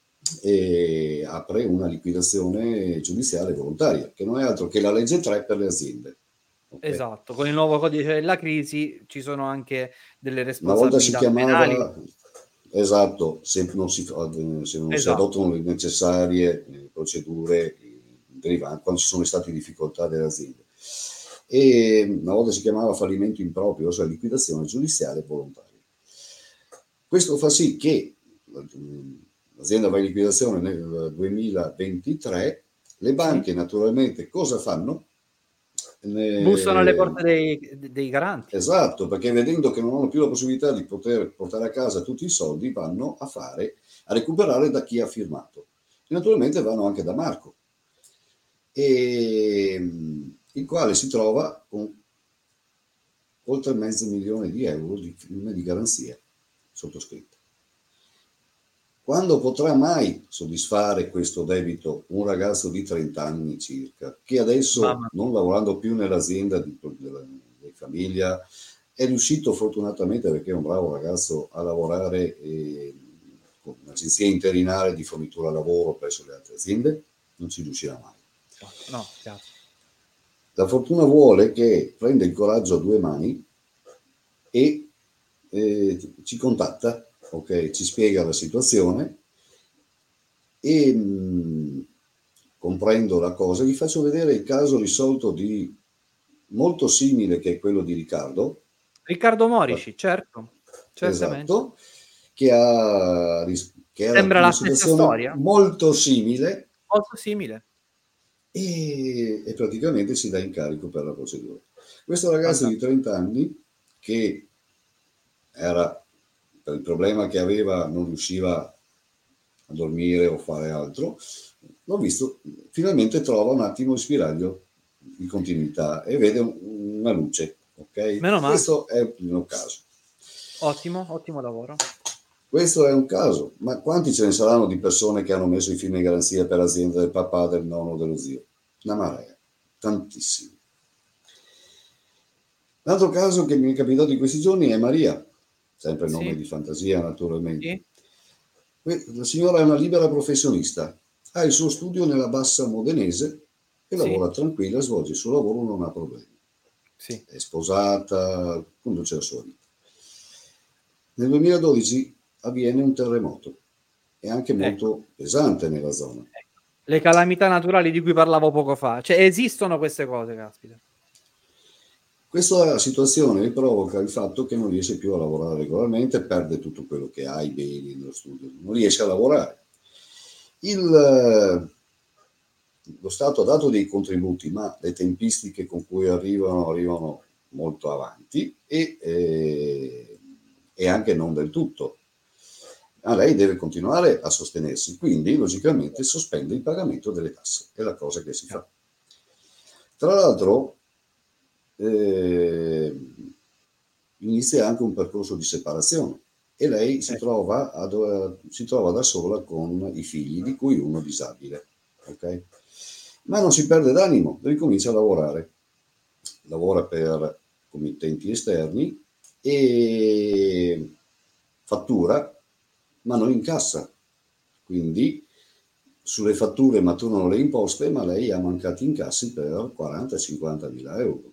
apre una liquidazione giudiziale volontaria, che non è altro che la legge 3 per le aziende. Okay? Esatto, con il nuovo codice della crisi ci sono anche delle responsabilità una volta si chiamava penali. Esatto, se non si adottano le necessarie procedure derivanti quando ci sono stati difficoltà delle aziende. E una volta si chiamava fallimento improprio, cioè liquidazione giudiziale volontaria. Questo fa sì che l'azienda va in liquidazione nel 2023, le banche naturalmente cosa fanno? Bussano alle porte dei garanti. Esatto, perché vedendo che non hanno più la possibilità di poter portare a casa tutti i soldi, vanno a recuperare da chi ha firmato. E naturalmente vanno anche da Marco. E il quale si trova con oltre $500.000 di garanzia sottoscritta. Quando potrà mai soddisfare questo debito un ragazzo di 30 anni circa, che adesso, non lavorando più nell'azienda di famiglia, è riuscito fortunatamente, perché è un bravo ragazzo, a lavorare con un'agenzia interinale di fornitura lavoro presso le altre aziende? Non ci riuscirà mai. No, grazie. La fortuna vuole che prenda il coraggio a due mani e ci contatta, ok, ci spiega la situazione e comprendo la cosa. Gli faccio vedere il caso risolto molto simile, che è quello di Riccardo Morici, certo, certamente. Esatto, che era Sembra una la stessa situazione storia. molto simile e praticamente si dà incarico per la procedura. Questo ragazzo di 30 anni, che era, per il problema che aveva, non riusciva a dormire o fare altro, l'ho visto, finalmente trova un attimo il spiraglio di continuità e vede una luce, ok? Meno male. Questo è il primo caso. Ottimo lavoro. Questo è un caso, ma quanti ce ne saranno di persone che hanno messo i film di garanzia per azienda del papà, del nonno, dello zio? Una marea, tantissimi. L'altro caso che mi è capitato in questi giorni è Maria, sempre nome di fantasia naturalmente. La signora è una libera professionista, ha il suo studio nella Bassa Modenese e lavora tranquilla, svolge il suo lavoro, non ha problemi. È sposata, conduce la sua vita. Nel 2012 avviene un terremoto, e anche molto pesante nella zona. Le calamità naturali di cui parlavo poco fa, cioè esistono queste cose, caspita. Questa situazione provoca il fatto che non riesce più a lavorare regolarmente, perde tutto quello che ha, i beni nello studio, non riesce a lavorare. Lo Stato ha dato dei contributi, ma le tempistiche con cui arrivano molto avanti e anche non del tutto. Ma lei deve continuare a sostenersi, quindi logicamente sospende il pagamento delle tasse, è la cosa che si fa. Tra l'altro inizia anche un percorso di separazione e lei si trova da sola con i figli, di cui uno disabile, ok? Ma non si perde d'animo, ricomincia a lavorare. Lavora per committenti esterni e fattura, ma non incassa. Quindi sulle fatture maturano le imposte, ma lei ha mancati incassi per 40-50 mila euro.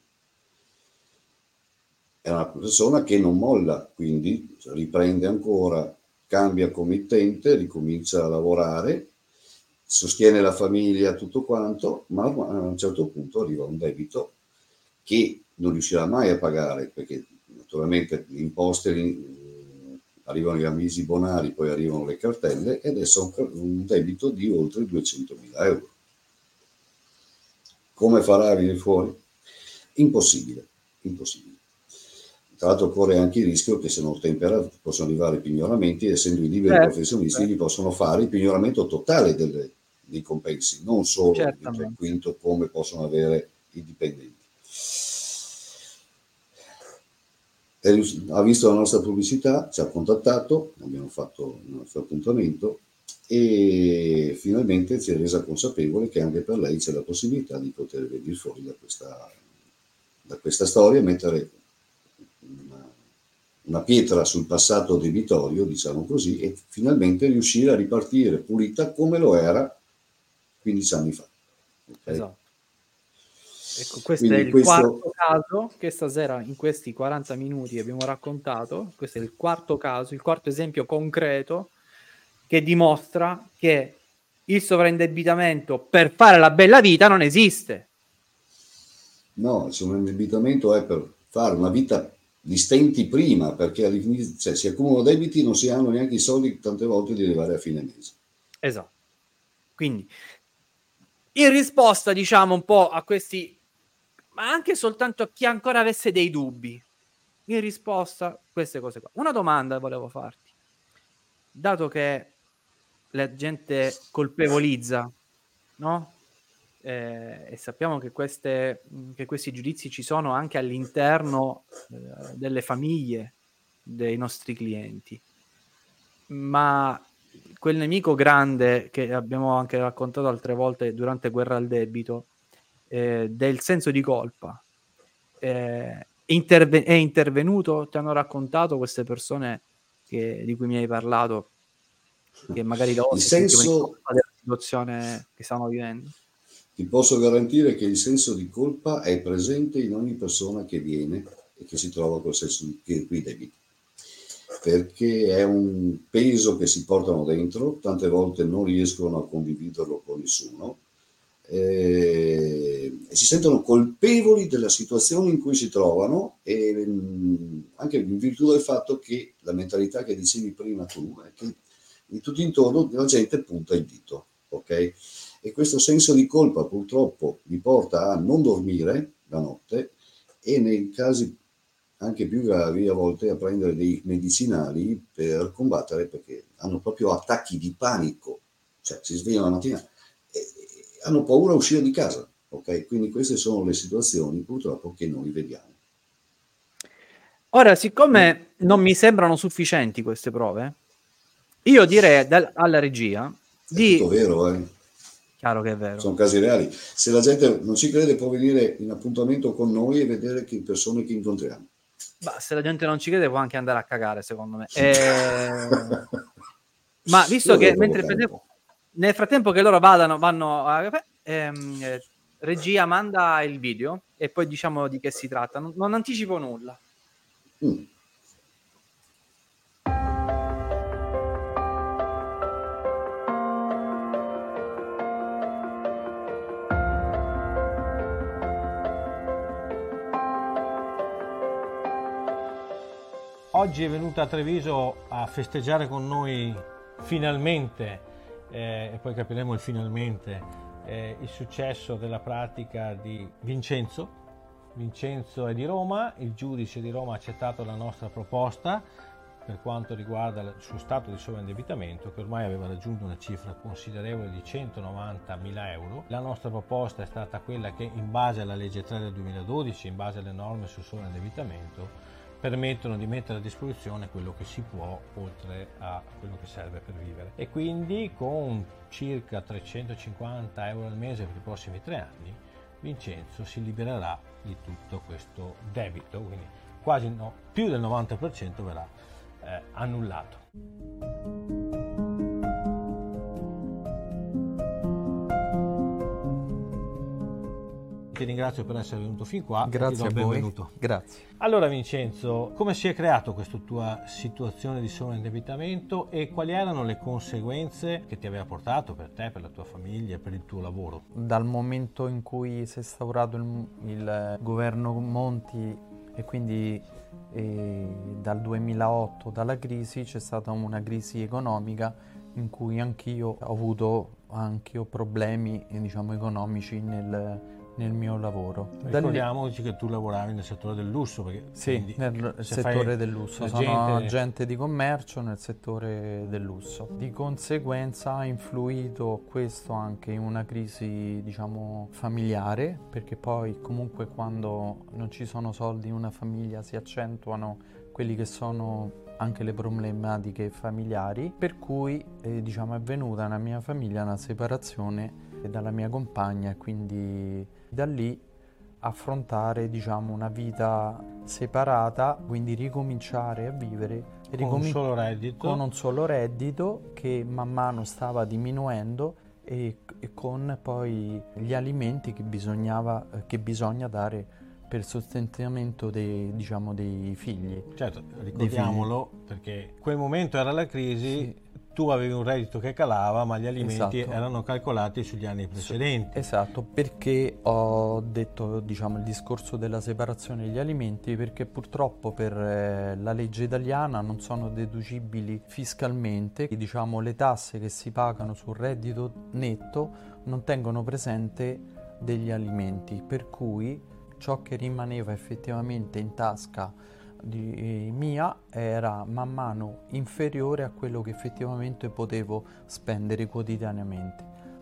È una persona che non molla, quindi riprende ancora, cambia committente, ricomincia a lavorare, sostiene la famiglia, tutto quanto, ma a un certo punto arriva un debito che non riuscirà mai a pagare, perché naturalmente le imposte arrivano gli avvisi bonari, poi arrivano le cartelle, e adesso ha un debito di oltre 200.000 euro. Come farà a venire fuori? Impossibile. Tra l'altro corre anche il rischio che, se non tempera, possono arrivare i pignoramenti, essendo i liberi professionisti, gli possono fare il pignoramento totale dei compensi, non solo il quinto come possono avere i dipendenti. Ha visto la nostra pubblicità, ci ha contattato, abbiamo fatto il nostro appuntamento e finalmente si è resa consapevole che anche per lei c'è la possibilità di poter venire fuori da questa storia, mettere una pietra sul passato debitorio, diciamo così, e finalmente riuscire a ripartire pulita come lo era 15 anni fa. Okay? Esatto. Ecco, questo è il quarto caso che stasera, in questi 40 minuti, abbiamo raccontato. Questo è il quarto caso, il quarto esempio concreto che dimostra che il sovraindebitamento per fare la bella vita non esiste. No, il sovraindebitamento è per fare una vita di stenti prima, perché all'inizio, si accumulano debiti, non si hanno neanche i soldi tante volte di arrivare a fine mese. Esatto. Quindi, in risposta, diciamo, un po' a questi, ma anche soltanto a chi ancora avesse dei dubbi, in risposta queste cose qua. Una domanda volevo farti. Dato che la gente colpevolizza, no? e sappiamo che questi giudizi ci sono anche all'interno delle famiglie dei nostri clienti, ma quel nemico grande che abbiamo anche raccontato altre volte durante Guerra al Debito, del senso di colpa, è intervenuto? Ti hanno raccontato queste persone di cui mi hai parlato, che magari loro Il senso, della situazione che stanno vivendo? ti posso garantire che il senso di colpa è presente in ogni persona che viene e che si trova col senso quei debiti, perché è un peso che si portano dentro, tante volte non riescono a condividerlo con nessuno, e si sentono colpevoli della situazione in cui si trovano, e anche in virtù del fatto che la mentalità che dicevi prima tu è che di tutto intorno la gente punta il dito, ok? E questo senso di colpa purtroppo li porta a non dormire la notte, e nei casi anche più gravi a volte a prendere dei medicinali per combattere, perché hanno proprio attacchi di panico, cioè si svegliano la mattina e hanno paura a uscire di casa, ok? Quindi queste sono le situazioni purtroppo che noi vediamo. Ora, siccome non mi sembrano sufficienti queste prove, io direi alla regia È tutto vero, Chiaro che è vero. Sono casi reali. Se la gente non ci crede può venire in appuntamento con noi e vedere che persone che incontriamo. Bah, se la gente non ci crede può anche andare a cagare, secondo me. Ma visto che nel frattempo che loro vanno a regia, manda il video e poi diciamo di che si tratta. Non anticipo nulla. Oggi è venuta a Treviso a festeggiare con noi finalmente, e poi capiremo il finalmente, il successo della pratica di Vincenzo. Vincenzo è di Roma, il giudice di Roma ha accettato la nostra proposta per quanto riguarda il suo stato di sovraindebitamento, che ormai aveva raggiunto una cifra considerevole di 190.000 euro. La nostra proposta è stata quella che, in base alla legge 3 del 2012, in base alle norme sul sovraindebitamento, permettono di mettere a disposizione quello che si può oltre a quello che serve per vivere, e quindi con circa 350 euro al mese per i prossimi 3 anni Vincenzo si libererà di tutto questo debito, quindi più del 90% verrà annullato. Ti ringrazio per essere venuto fin qua. Grazie a voi. Grazie. Allora Vincenzo, come si è creato questa tua situazione di sovraindebitamento e quali erano le conseguenze che ti aveva portato per te, per la tua famiglia, per il tuo lavoro? Dal momento in cui si è instaurato il governo Monti e quindi dal 2008, dalla crisi, c'è stata una crisi economica in cui anch'io ho avuto problemi economici nel mio lavoro. Ricordiamoci che tu lavoravi nel settore del lusso. Perché sì, nel settore del lusso. Sono agente di commercio nel settore del lusso. Di conseguenza ha influito questo anche in una crisi, familiare, perché poi comunque quando non ci sono soldi in una famiglia si accentuano quelli che sono anche le problematiche familiari, per cui è venuta nella mia famiglia una separazione dalla mia compagna, e quindi da lì affrontare una vita separata, quindi ricominciare a vivere con un solo reddito che man mano stava diminuendo, e con poi gli alimenti che bisogna dare per il sostentamento dei figli. Certo, ricordiamolo, perché quel momento era la crisi, sì. Tu avevi un reddito che calava, ma gli alimenti erano calcolati sugli anni precedenti. Esatto, perché ho detto il discorso della separazione degli alimenti, perché purtroppo per la legge italiana non sono deducibili fiscalmente, le tasse che si pagano sul reddito netto non tengono presente degli alimenti, per cui ciò che rimaneva effettivamente in tasca mia era man mano inferiore a quello che effettivamente potevo spendere quotidianamente.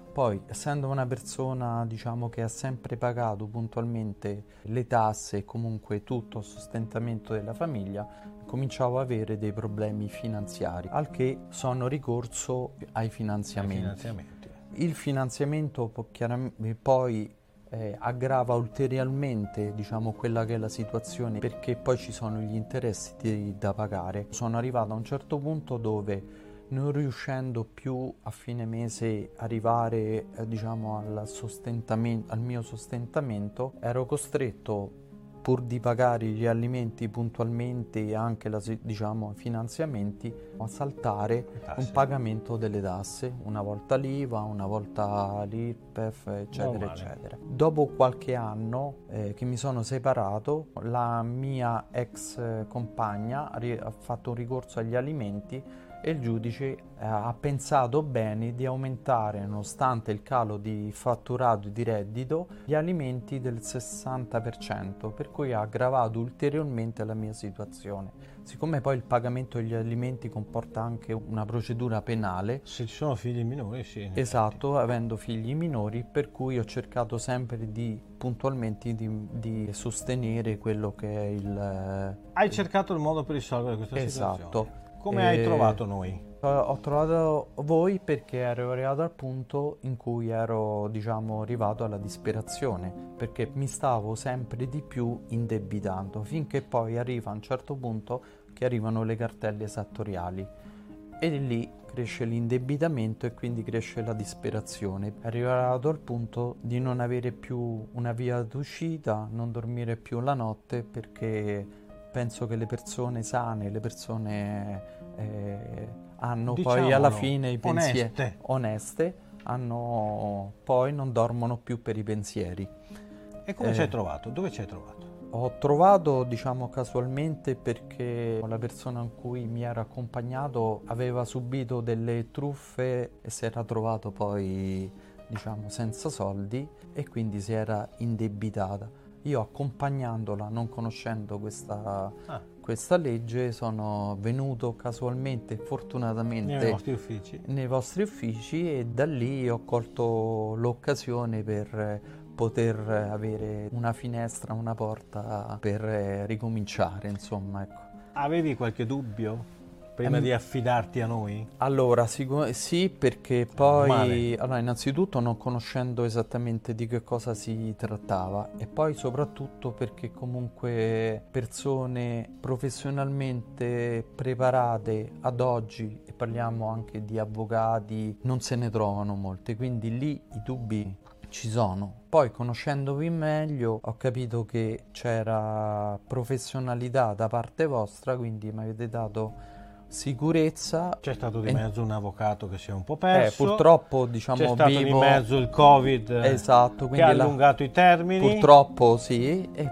Poi, essendo una persona, diciamo, che ha sempre pagato puntualmente le tasse e comunque tutto il sostentamento della famiglia, cominciavo ad avere dei problemi finanziari, al che sono ricorso ai finanziamenti. Il finanziamento poi aggrava ulteriormente, diciamo, quella che è la situazione, perché poi ci sono gli interessi da pagare. Sono arrivato a un certo punto dove, non riuscendo più a fine mese arrivare diciamo al mio sostentamento, ero costretto, pur di pagare gli alimenti puntualmente e anche diciamo, i finanziamenti, a saltare un pagamento delle tasse, una volta l'IVA, una volta l'IRPEF, eccetera, eccetera. Dopo qualche anno che mi sono separato, la mia ex compagna ha fatto un ricorso agli alimenti e il giudice ha pensato bene di aumentare, nonostante il calo di fatturato e di reddito, gli alimenti del 60%, per cui ha aggravato ulteriormente la mia situazione. Siccome poi il pagamento degli alimenti comporta anche una procedura penale. Se ci sono figli minori, sì. Esatto, avendo figli minori, per cui ho cercato sempre puntualmente di sostenere quello che è il... Hai cercato il modo per risolvere questa situazione? Esatto. Come hai trovato noi? Ho trovato voi perché ero arrivato al punto in cui ero, diciamo, arrivato alla disperazione, perché mi stavo sempre di più indebitando, finché poi arriva a un certo punto che arrivano le cartelle esattoriali e lì cresce l'indebitamento e quindi cresce la disperazione. È arrivato al punto di non avere più una via d'uscita, non dormire più la notte, perché penso che le persone sane, le persone hanno, diciamolo, poi alla fine i pensieri oneste, poi non dormono più per i pensieri. E come ci hai trovato? Dove ci hai trovato? Ho trovato, diciamo, casualmente, perché la persona in cui mi era accompagnato aveva subito delle truffe e si era trovato poi, diciamo, senza soldi e quindi si era indebitata. Io, accompagnandola, non conoscendo questa legge, sono venuto casualmente, fortunatamente, nei vostri uffici e da lì ho colto l'occasione per poter avere una finestra, una porta per ricominciare, insomma, ecco. Avevi qualche dubbio prima di affidarti a noi? Allora, sì, perché poi, innanzitutto non conoscendo esattamente di che cosa si trattava, e poi soprattutto perché comunque persone professionalmente preparate ad oggi, e parliamo anche di avvocati, non se ne trovano molte, quindi lì i dubbi ci sono. Poi, conoscendovi meglio, ho capito che c'era professionalità da parte vostra, quindi mi avete dato sicurezza. C'è stato di mezzo un avvocato che si è un po' perso, purtroppo, diciamo, c'è stato di mezzo il Covid, esatto, che ha allungato i termini, purtroppo sì, e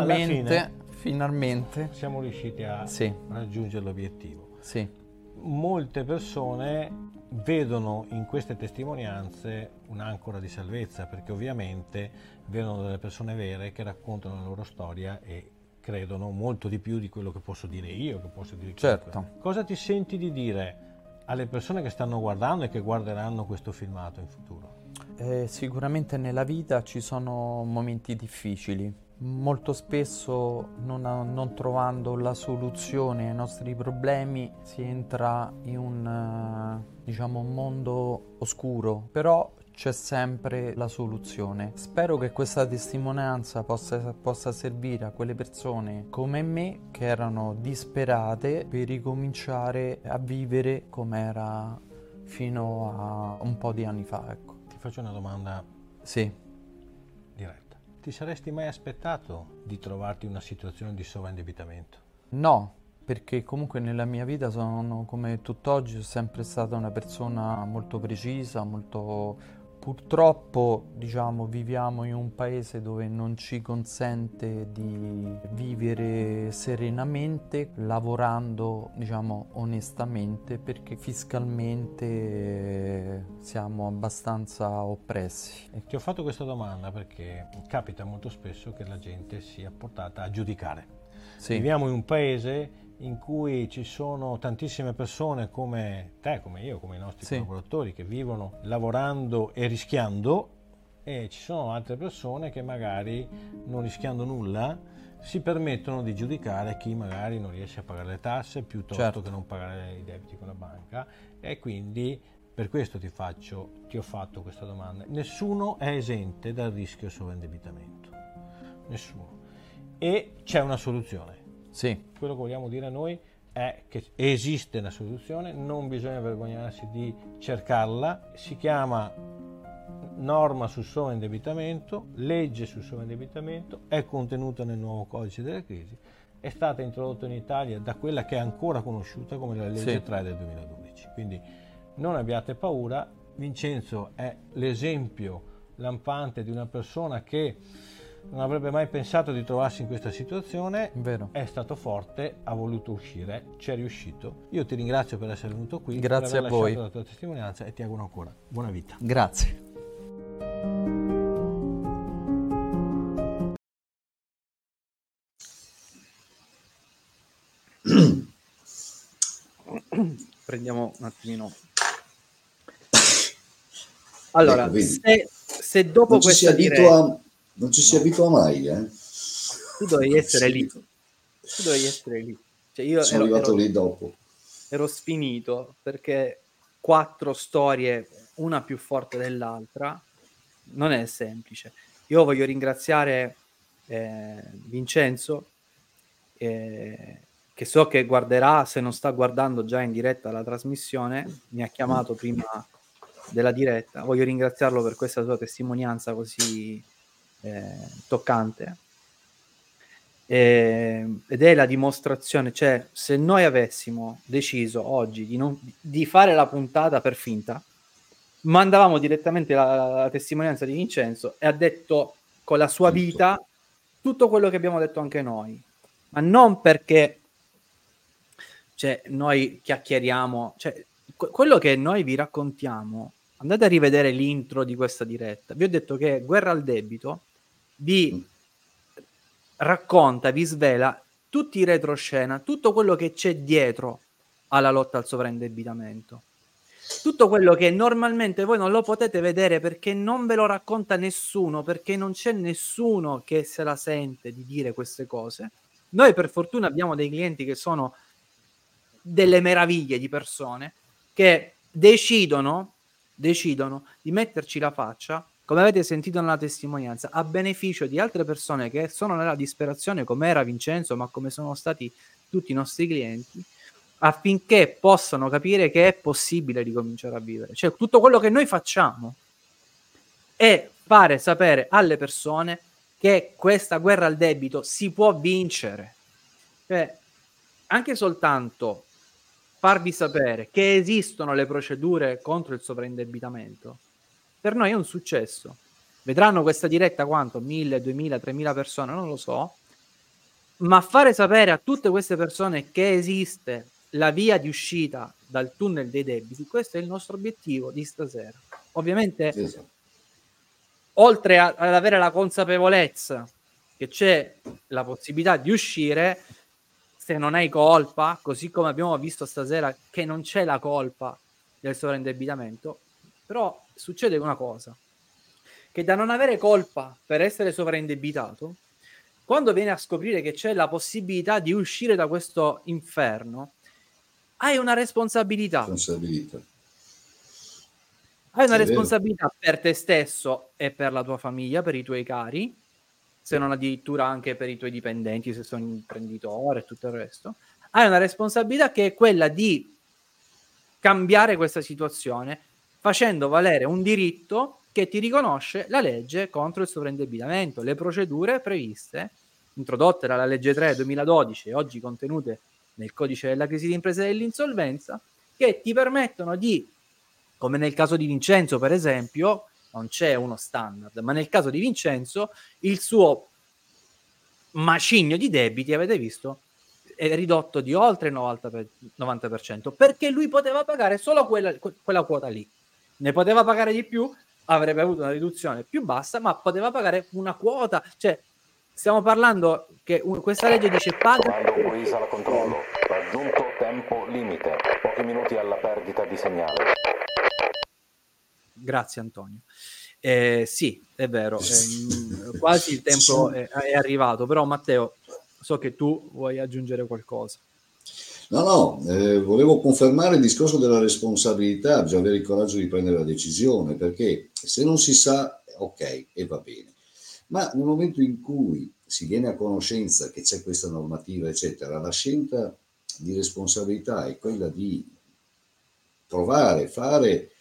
finalmente siamo riusciti a raggiungere l'obiettivo. Sì. Molte persone vedono in queste testimonianze un'ancora di salvezza, perché ovviamente vedono delle persone vere che raccontano la loro storia e credono molto di più di quello che posso dire io, che posso dire chiunque. Certo. Cosa ti senti di dire alle persone che stanno guardando e che guarderanno questo filmato in futuro? Sicuramente nella vita ci sono momenti difficili. Molto spesso, non trovando la soluzione ai nostri problemi, si entra in un mondo oscuro, però c'è sempre la soluzione. Spero che questa testimonianza possa servire a quelle persone come me che erano disperate per ricominciare a vivere come era fino a un po' di anni fa, ecco. Ti faccio una domanda diretta. Ti saresti mai aspettato di trovarti in una situazione di sovraindebitamento? No, perché comunque nella mia vita sono, come tutt'oggi, sono sempre stata una persona molto precisa, molto... Purtroppo, viviamo in un paese dove non ci consente di vivere serenamente, lavorando, onestamente, perché fiscalmente siamo abbastanza oppressi. Ti ho fatto questa domanda perché capita molto spesso che la gente sia portata a giudicare. Sì. Viviamo in un paese in cui ci sono tantissime persone come te, come io, come i nostri collaboratori che vivono lavorando e rischiando, e ci sono altre persone che magari non rischiando nulla si permettono di giudicare chi magari non riesce a pagare le tasse piuttosto che non pagare i debiti con la banca, e quindi per questo ti ho fatto questa domanda. Nessuno è esente dal rischio sovraindebitamento, nessuno, e c'è una soluzione. Quello che vogliamo dire noi è che esiste una soluzione, non bisogna vergognarsi di cercarla, si chiama norma sul sovraindebitamento, legge sul sovraindebitamento, è contenuta nel nuovo codice della crisi, è stata introdotta in Italia da quella che è ancora conosciuta come la legge 3 del 2012, quindi non abbiate paura. Vincenzo è l'esempio lampante di una persona che non avrebbe mai pensato di trovarsi in questa situazione. È stato forte, ha voluto uscire, ci è riuscito. Io ti ringrazio per essere venuto qui, grazie per aver a voi, lasciato la tua testimonianza, e ti auguro ancora buona vita. Grazie. Prendiamo un attimino. Allora, se dopo non questa non ci si abitua mai, tu dovevi essere lì. Cioè, io sono arrivato lì dopo. Ero sfinito perché 4 storie, una più forte dell'altra, non è semplice. Io voglio ringraziare Vincenzo, che so che guarderà, se non sta guardando già in diretta la trasmissione, mi ha chiamato prima della diretta. Voglio ringraziarlo per questa sua testimonianza così toccante, ed è la dimostrazione, cioè se noi avessimo deciso oggi di fare la puntata per finta, mandavamo direttamente la testimonianza di Vincenzo, e ha detto con la sua vita tutto quello che abbiamo detto anche noi, ma non perché noi chiacchieriamo, quello che noi vi raccontiamo. Andate a rivedere l'intro di questa diretta. Vi ho detto che Guerra al Debito vi racconta, vi svela tutti i retroscena, tutto quello che c'è dietro alla lotta al sovraindebitamento. Tutto quello che normalmente voi non lo potete vedere perché non ve lo racconta nessuno, perché non c'è nessuno che se la sente di dire queste cose. Noi per fortuna abbiamo dei clienti che sono delle meraviglie di persone che decidono di metterci la faccia, come avete sentito nella testimonianza, a beneficio di altre persone che sono nella disperazione, come era Vincenzo, ma come sono stati tutti i nostri clienti, affinché possano capire che è possibile ricominciare a vivere. Cioè, tutto quello che noi facciamo è fare sapere alle persone che questa guerra al debito si può vincere. Cioè, anche soltanto farvi sapere che esistono le procedure contro il sovraindebitamento, per noi è un successo. Vedranno questa diretta quanto? 1000, 2000, 3000 persone, non lo so, ma fare sapere a tutte queste persone che esiste la via di uscita dal tunnel dei debiti, questo è il nostro obiettivo di stasera. Ovviamente, oltre ad avere la consapevolezza che c'è la possibilità di uscire, se non hai colpa, così come abbiamo visto stasera che non c'è la colpa del sovraindebitamento, però succede una cosa, che da non avere colpa per essere sovraindebitato, quando vieni a scoprire che c'è la possibilità di uscire da questo inferno, hai una responsabilità. Hai una responsabilità per te stesso e per la tua famiglia, per i tuoi cari, se non addirittura anche per i tuoi dipendenti, se sono imprenditore e tutto il resto. Hai una responsabilità che è quella di cambiare questa situazione facendo valere un diritto che ti riconosce la legge contro il sovraindebitamento, le procedure previste, introdotte dalla legge 3 2012 e oggi contenute nel codice della crisi d'impresa e dell'insolvenza, che ti permettono di, come nel caso di Vincenzo per esempio, non c'è uno standard, ma nel caso di Vincenzo il suo macigno di debiti, avete visto, è ridotto di oltre il 90%, perché lui poteva pagare solo quella quota lì. Ne poteva pagare di più, avrebbe avuto una riduzione più bassa, ma poteva pagare una quota, cioè stiamo parlando che questa legge dice paga. Comando Luisa alla controllo. Raggiunto tempo limite. Pochi minuti alla perdita di segnale. Grazie Antonio. Sì, è vero, quasi il tempo è arrivato, però Matteo, so che tu vuoi aggiungere qualcosa. No, volevo confermare il discorso della responsabilità, bisogna avere il coraggio di prendere la decisione, perché se non si sa, ok, e va bene, ma nel momento in cui si viene a conoscenza che c'è questa normativa, eccetera, la scelta di responsabilità è quella di provare, fare,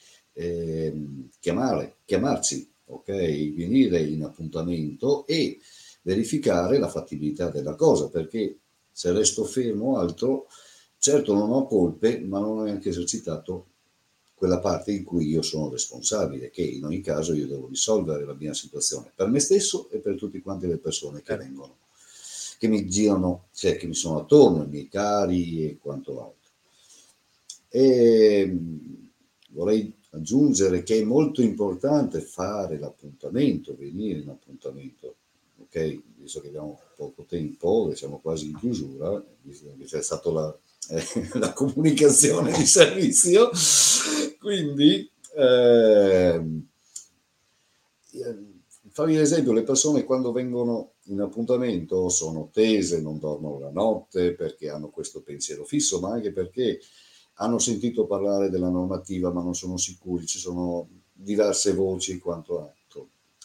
chiamarci, ok, venire in appuntamento e verificare la fattibilità della cosa, perché se resto fermo altro, certo non ho colpe, ma non ho neanche esercitato quella parte in cui io sono responsabile, che in ogni caso io devo risolvere la mia situazione per me stesso e per tutte quante le persone che vengono, che mi girano, cioè che mi sono attorno, i miei cari e quanto altro. E vorrei aggiungere che è molto importante fare l'appuntamento, venire in appuntamento, ok? Visto che abbiamo poco tempo, che siamo quasi in chiusura, visto che c'è stata la comunicazione di servizio, quindi farvi l'esempio, le persone quando vengono in appuntamento sono tese, non dormono la notte perché hanno questo pensiero fisso, ma anche perché hanno sentito parlare della normativa ma non sono sicuri, ci sono diverse voci e quanto altro.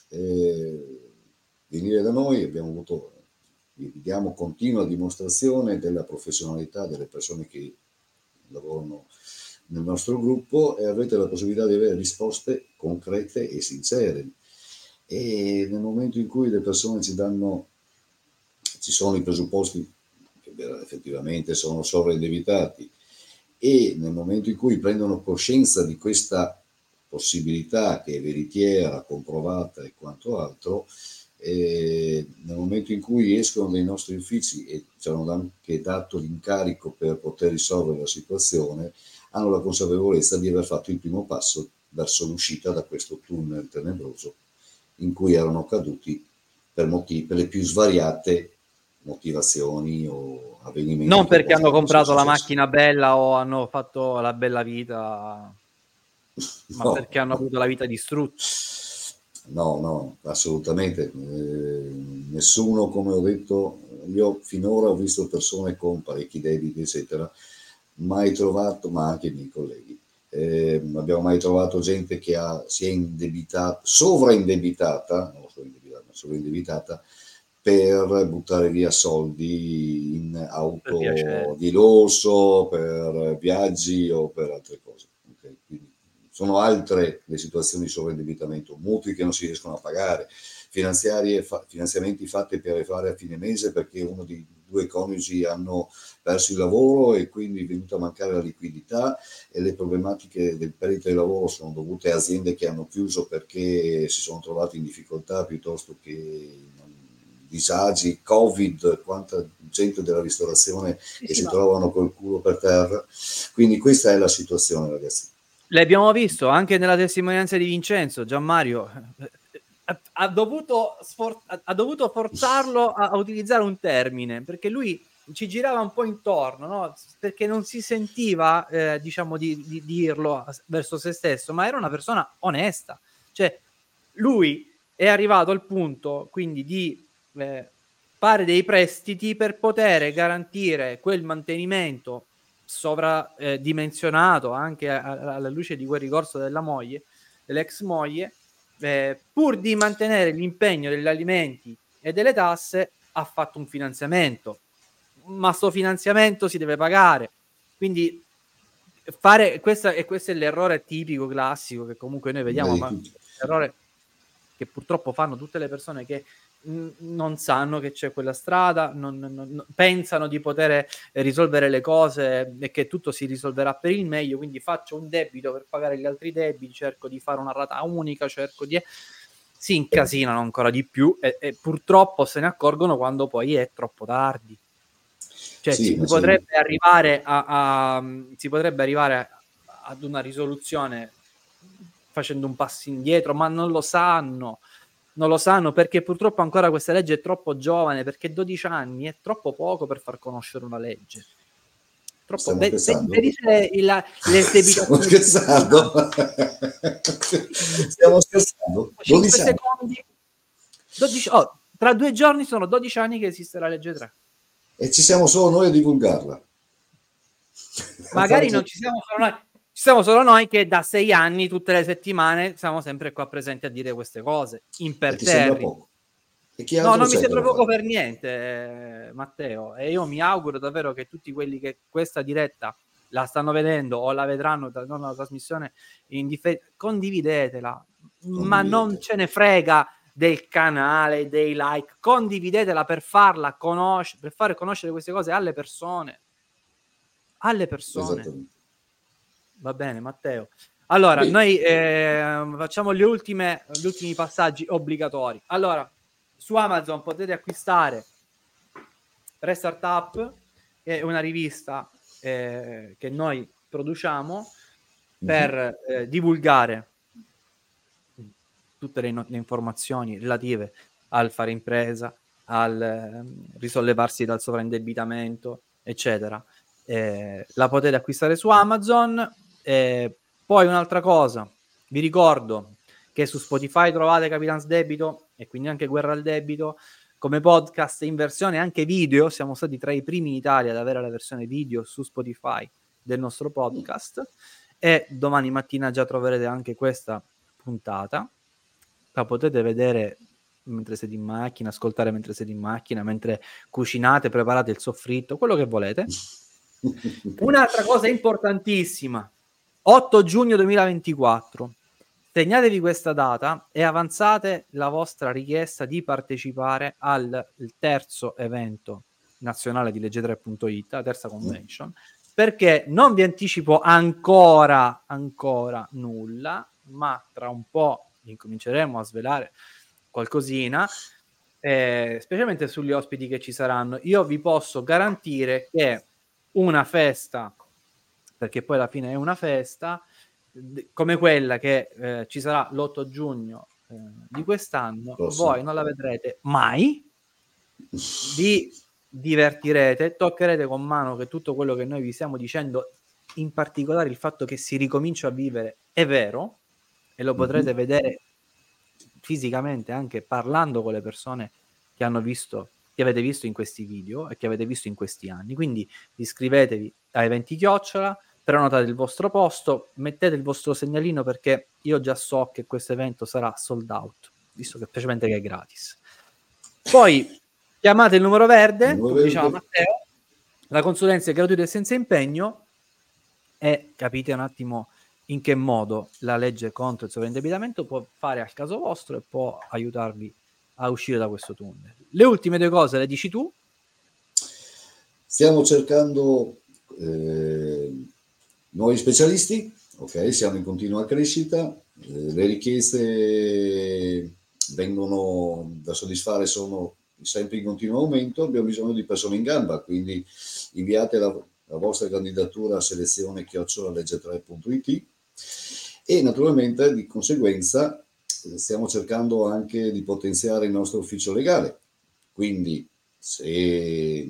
Venire da noi diamo continua dimostrazione della professionalità delle persone che lavorano nel nostro gruppo e avrete la possibilità di avere risposte concrete e sincere. E nel momento in cui le persone ci sono i presupposti che effettivamente sono sovraindebitati, e nel momento in cui prendono coscienza di questa possibilità che è veritiera, comprovata e quanto altro, nel momento in cui escono dai nostri uffici e ci hanno anche dato l'incarico per poter risolvere la situazione, hanno la consapevolezza di aver fatto il primo passo verso l'uscita da questo tunnel tenebroso in cui erano caduti per le più svariate motivazioni o avvenimenti. Non perché hanno comprato la macchina bella o hanno fatto la bella vita, ma perché hanno avuto la vita distrutta. No, assolutamente. Nessuno, come ho detto, io finora ho visto persone con parecchi debiti, eccetera, mai trovato, ma anche i miei colleghi, abbiamo mai trovato gente che si è indebitata, sovraindebitata per buttare via soldi in auto di lusso, per viaggi o per altre cose. Okay? Quindi sono altre le situazioni di sovraindebitamento, mutui che non si riescono a pagare, finanziamenti fatti per fare a fine mese perché uno dei due coniugi hanno perso il lavoro e quindi è venuta a mancare la liquidità, e le problematiche del perdita di lavoro sono dovute a aziende che hanno chiuso perché si sono trovate in difficoltà piuttosto che disagi, Covid, quanta gente della ristorazione che si trovano col culo per terra. Quindi questa è la situazione, ragazzi. L'abbiamo visto anche nella testimonianza di Vincenzo. Gianmario ha dovuto forzarlo a utilizzare un termine, perché lui ci girava un po' intorno, no? Perché non si sentiva diciamo di dirlo verso se stesso, ma era una persona onesta, cioè lui è arrivato al punto quindi di fare dei prestiti per poter garantire quel mantenimento sovradimensionato anche alla luce di quel ricorso della moglie, dell'ex moglie, pur di mantenere l'impegno degli alimenti e delle tasse. Ha fatto un finanziamento, ma sto finanziamento si deve pagare, quindi questo è l'errore tipico, classico, che comunque noi vediamo, ma l'errore che purtroppo fanno tutte le persone che non sanno che c'è quella strada, non pensano di poter risolvere le cose e che tutto si risolverà per il meglio, quindi faccio un debito per pagare gli altri debiti, cerco di fare una rata unica, si incasinano ancora di più e purtroppo se ne accorgono quando poi è troppo tardi. Cioè si potrebbe arrivare ad una risoluzione facendo un passo indietro, ma non lo sanno. non lo sanno perché purtroppo ancora questa legge è troppo giovane, perché 12 anni è troppo poco per far conoscere una legge. Troppo. Stiamo scherzando? Stiamo scherzando? Stiamo scherzando? 5 secondi. 12, tra 2 giorni sono 12 anni che esiste la legge 3. E ci siamo solo noi a divulgarla. Magari non ci siamo solo noi. Ci siamo solo noi che da 6 anni, tutte le settimane, siamo sempre qua presenti a dire queste cose, imperterriti. No, non mi sembra poco per niente, Matteo. E io mi auguro davvero che tutti quelli che questa diretta la stanno vedendo o la vedranno non la trasmissione condividetela, ma non ce ne frega del canale, dei like, condividetela per farla conoscere, per fare conoscere queste cose alle persone. Va bene, Matteo. Allora, noi facciamo gli ultimi passaggi obbligatori. Allora, su Amazon potete acquistare Restart Up, che è una rivista che noi produciamo per divulgare tutte le informazioni relative al fare impresa, al risollevarsi dal sovraindebitamento, eccetera. La potete acquistare su Amazon. Poi un'altra cosa, vi ricordo che su Spotify trovate Capitan's Debito e quindi anche Guerra al Debito come podcast in versione anche video. Siamo stati tra i primi in Italia ad avere la versione video su Spotify del nostro podcast, e domani mattina già troverete anche questa puntata. La potete vedere mentre siete in macchina, ascoltare mentre siete in macchina, mentre cucinate, preparate il soffritto, quello che volete. Un'altra cosa importantissima, 8 giugno 2024, segnatevi questa data e avanzate la vostra richiesta di partecipare al terzo evento nazionale di Legge3.it, la terza convention, perché non vi anticipo ancora nulla, ma tra un po' incominceremo a svelare qualcosina, specialmente sugli ospiti che ci saranno. Io vi posso garantire che una festa, perché poi alla fine è una festa, come quella che ci sarà l'8 giugno di quest'anno, voi non la vedrete mai, vi divertirete, toccherete con mano che tutto quello che noi vi stiamo dicendo, in particolare il fatto che si ricomincia a vivere, è vero, e lo potrete vedere fisicamente anche parlando con le persone che hanno visto, che avete visto in questi video e che avete visto in questi anni. Quindi iscrivetevi a Eventi Chiocciola, prenotate il vostro posto, mettete il vostro segnalino, perché io già so che questo evento sarà sold out, visto che specialmente che è gratis. Poi chiamate il numero verde, come diceva Matteo, la consulenza è gratuita e senza impegno, e capite un attimo in che modo la legge contro il sovraindebitamento può fare al caso vostro e può aiutarvi a uscire da questo tunnel. Le ultime 2 cose le dici tu? Stiamo cercando nuovi specialisti, ok, siamo in continua crescita, le richieste vengono da soddisfare sono sempre in continuo aumento, abbiamo bisogno di persone in gamba, quindi inviate la vostra candidatura a selezione@legge3.it e naturalmente di conseguenza stiamo cercando anche di potenziare il nostro ufficio legale, quindi se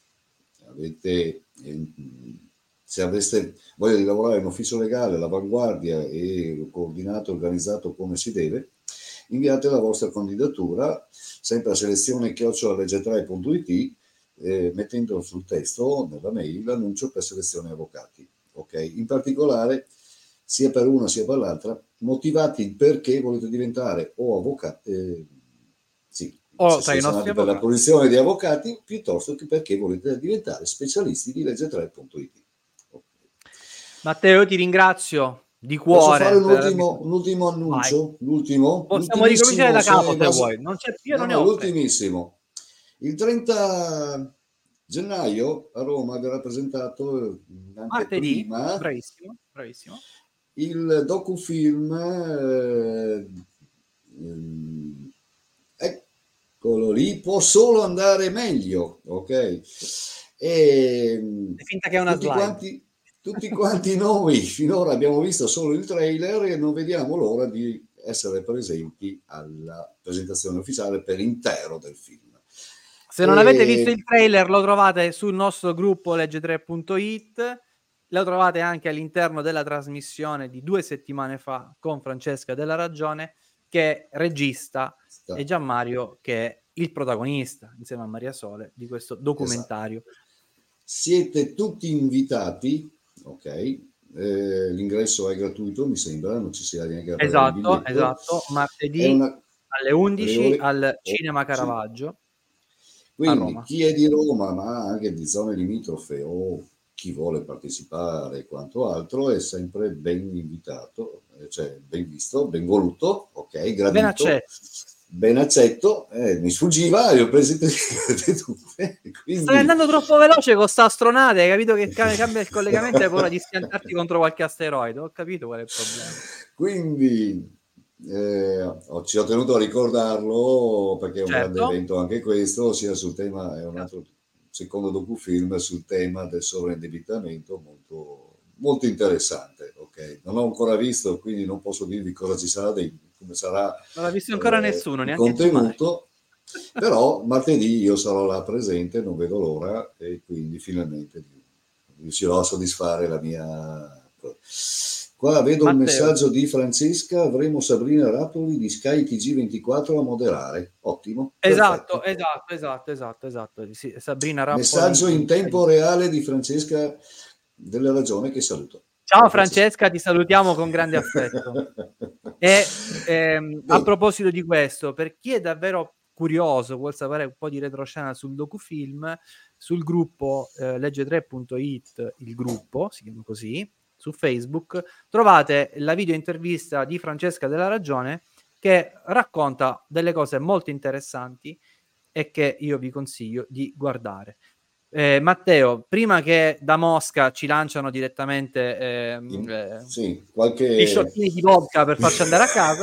avreste voglia di lavorare in ufficio legale all'avanguardia e coordinato e organizzato come si deve, inviate la vostra candidatura sempre a selezione@legge3.it, mettendo sul testo nella mail l'annuncio per selezione avvocati, ok? In particolare sia per una sia per l'altra motivati il perché volete diventare o avvocati, o per la posizione di avvocati, piuttosto che perché volete diventare specialisti di Legge3.it. Okay. Matteo, io ti ringrazio di cuore. Posso fare un ultimo annuncio? L'ultimo? Possiamo ricominciare da capo se vuoi. Non c'è più, non è l'ultimissimo. Il 30 gennaio a Roma verrà presentato anche martedì, prima, bravissimo, il docufilm eccolo lì, può solo andare meglio, ok? E finta che è una tutti quanti noi finora abbiamo visto solo il trailer e non vediamo l'ora di essere presenti alla presentazione ufficiale per intero del film. Se non avete visto il trailer, lo trovate sul nostro gruppo legge3.it, lo trovate anche all'interno della trasmissione di 2 settimane fa con Francesca Della Ragione, che è regista, e Gianmario, che è il protagonista, insieme a Maria Sole, di questo documentario. Esatto. Siete tutti invitati, ok? L'ingresso è gratuito, mi sembra, non ci sia neanche esatto, martedì alle 11 al Cinema Caravaggio. Quindi chi è di Roma, ma anche di zone limitrofe, o chi vuole partecipare e quanto altro, è sempre ben invitato, cioè ben visto, ben voluto, ok, gradito, ben accetto. Mi sfuggiva, le ho prese tutte. Quindi... Stai andando troppo veloce con sta astronave, hai capito che cambia il collegamento e hai paura di schiantarti contro qualche asteroide, ho capito qual è il problema. Quindi ci ho tenuto a ricordarlo, perché è un grande evento anche questo, sia sul tema, è un altro secondo docufilm sul tema del sovraindebitamento molto, molto interessante, ok? Non ho ancora visto, quindi non posso dirvi cosa ci sarà, come sarà. Non l'ha visto ancora nessuno, neanche contenuto, però martedì io sarò là presente, non vedo l'ora, e quindi finalmente riuscirò a soddisfare la mia... Qua vedo un messaggio di Francesca: avremo Sabrina Rapoli di Sky TG24 a moderare. Ottimo. Esatto. Sì, Sabrina Rapoli. Messaggio in tempo reale di Francesca Della Ragione, che saluto. Ciao Francesca, ti salutiamo con grande affetto. E a proposito di questo, per chi è davvero curioso, vuol sapere un po' di retroscena sul docufilm, sul gruppo legge3.it, il gruppo si chiama così, su Facebook, trovate la video intervista di Francesca Della Ragione, che racconta delle cose molto interessanti e che io vi consiglio di guardare. Matteo, prima che da Mosca ci lanciano direttamente qualche sciottini di vodka per farci andare a casa,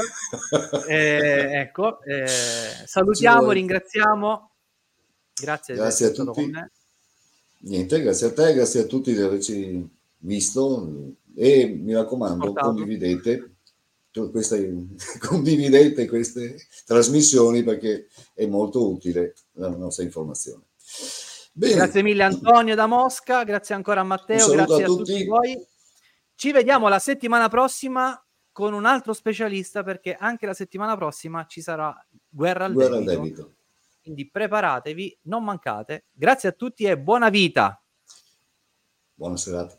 salutiamo, ringraziamo, grazie a tutti. Con me. Niente, grazie a te, grazie a tutti di averci visto, e mi raccomando, condividete queste trasmissioni, perché è molto utile la nostra informazione. Bene. Grazie mille Antonio da Mosca, grazie ancora a Matteo, grazie a tutti voi. Ci vediamo la settimana prossima con un altro specialista, perché anche la settimana prossima ci sarà Guerra al debito. Quindi preparatevi, non mancate. Grazie a tutti e buona vita. Buona serata.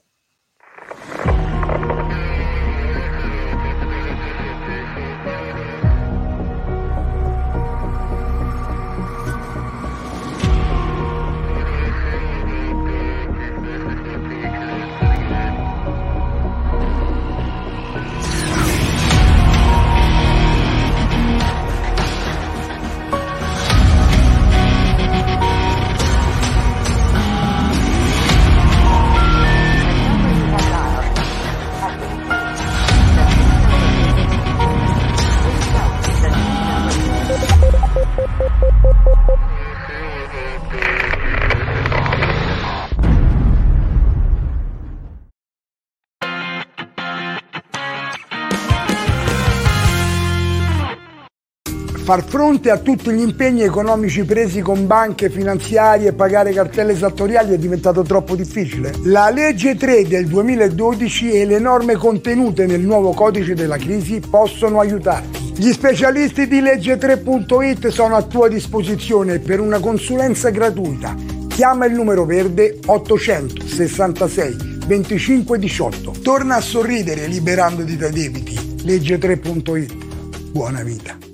Far fronte a tutti gli impegni economici presi con banche, finanziarie e pagare cartelle esattoriali è diventato troppo difficile. La legge 3 del 2012 e le norme contenute nel nuovo codice della crisi possono aiutarti. Gli specialisti di legge3.it sono a tua disposizione per una consulenza gratuita. Chiama il numero verde 866 25 18. Torna a sorridere liberandoti dai debiti. Legge3.it. Buona vita.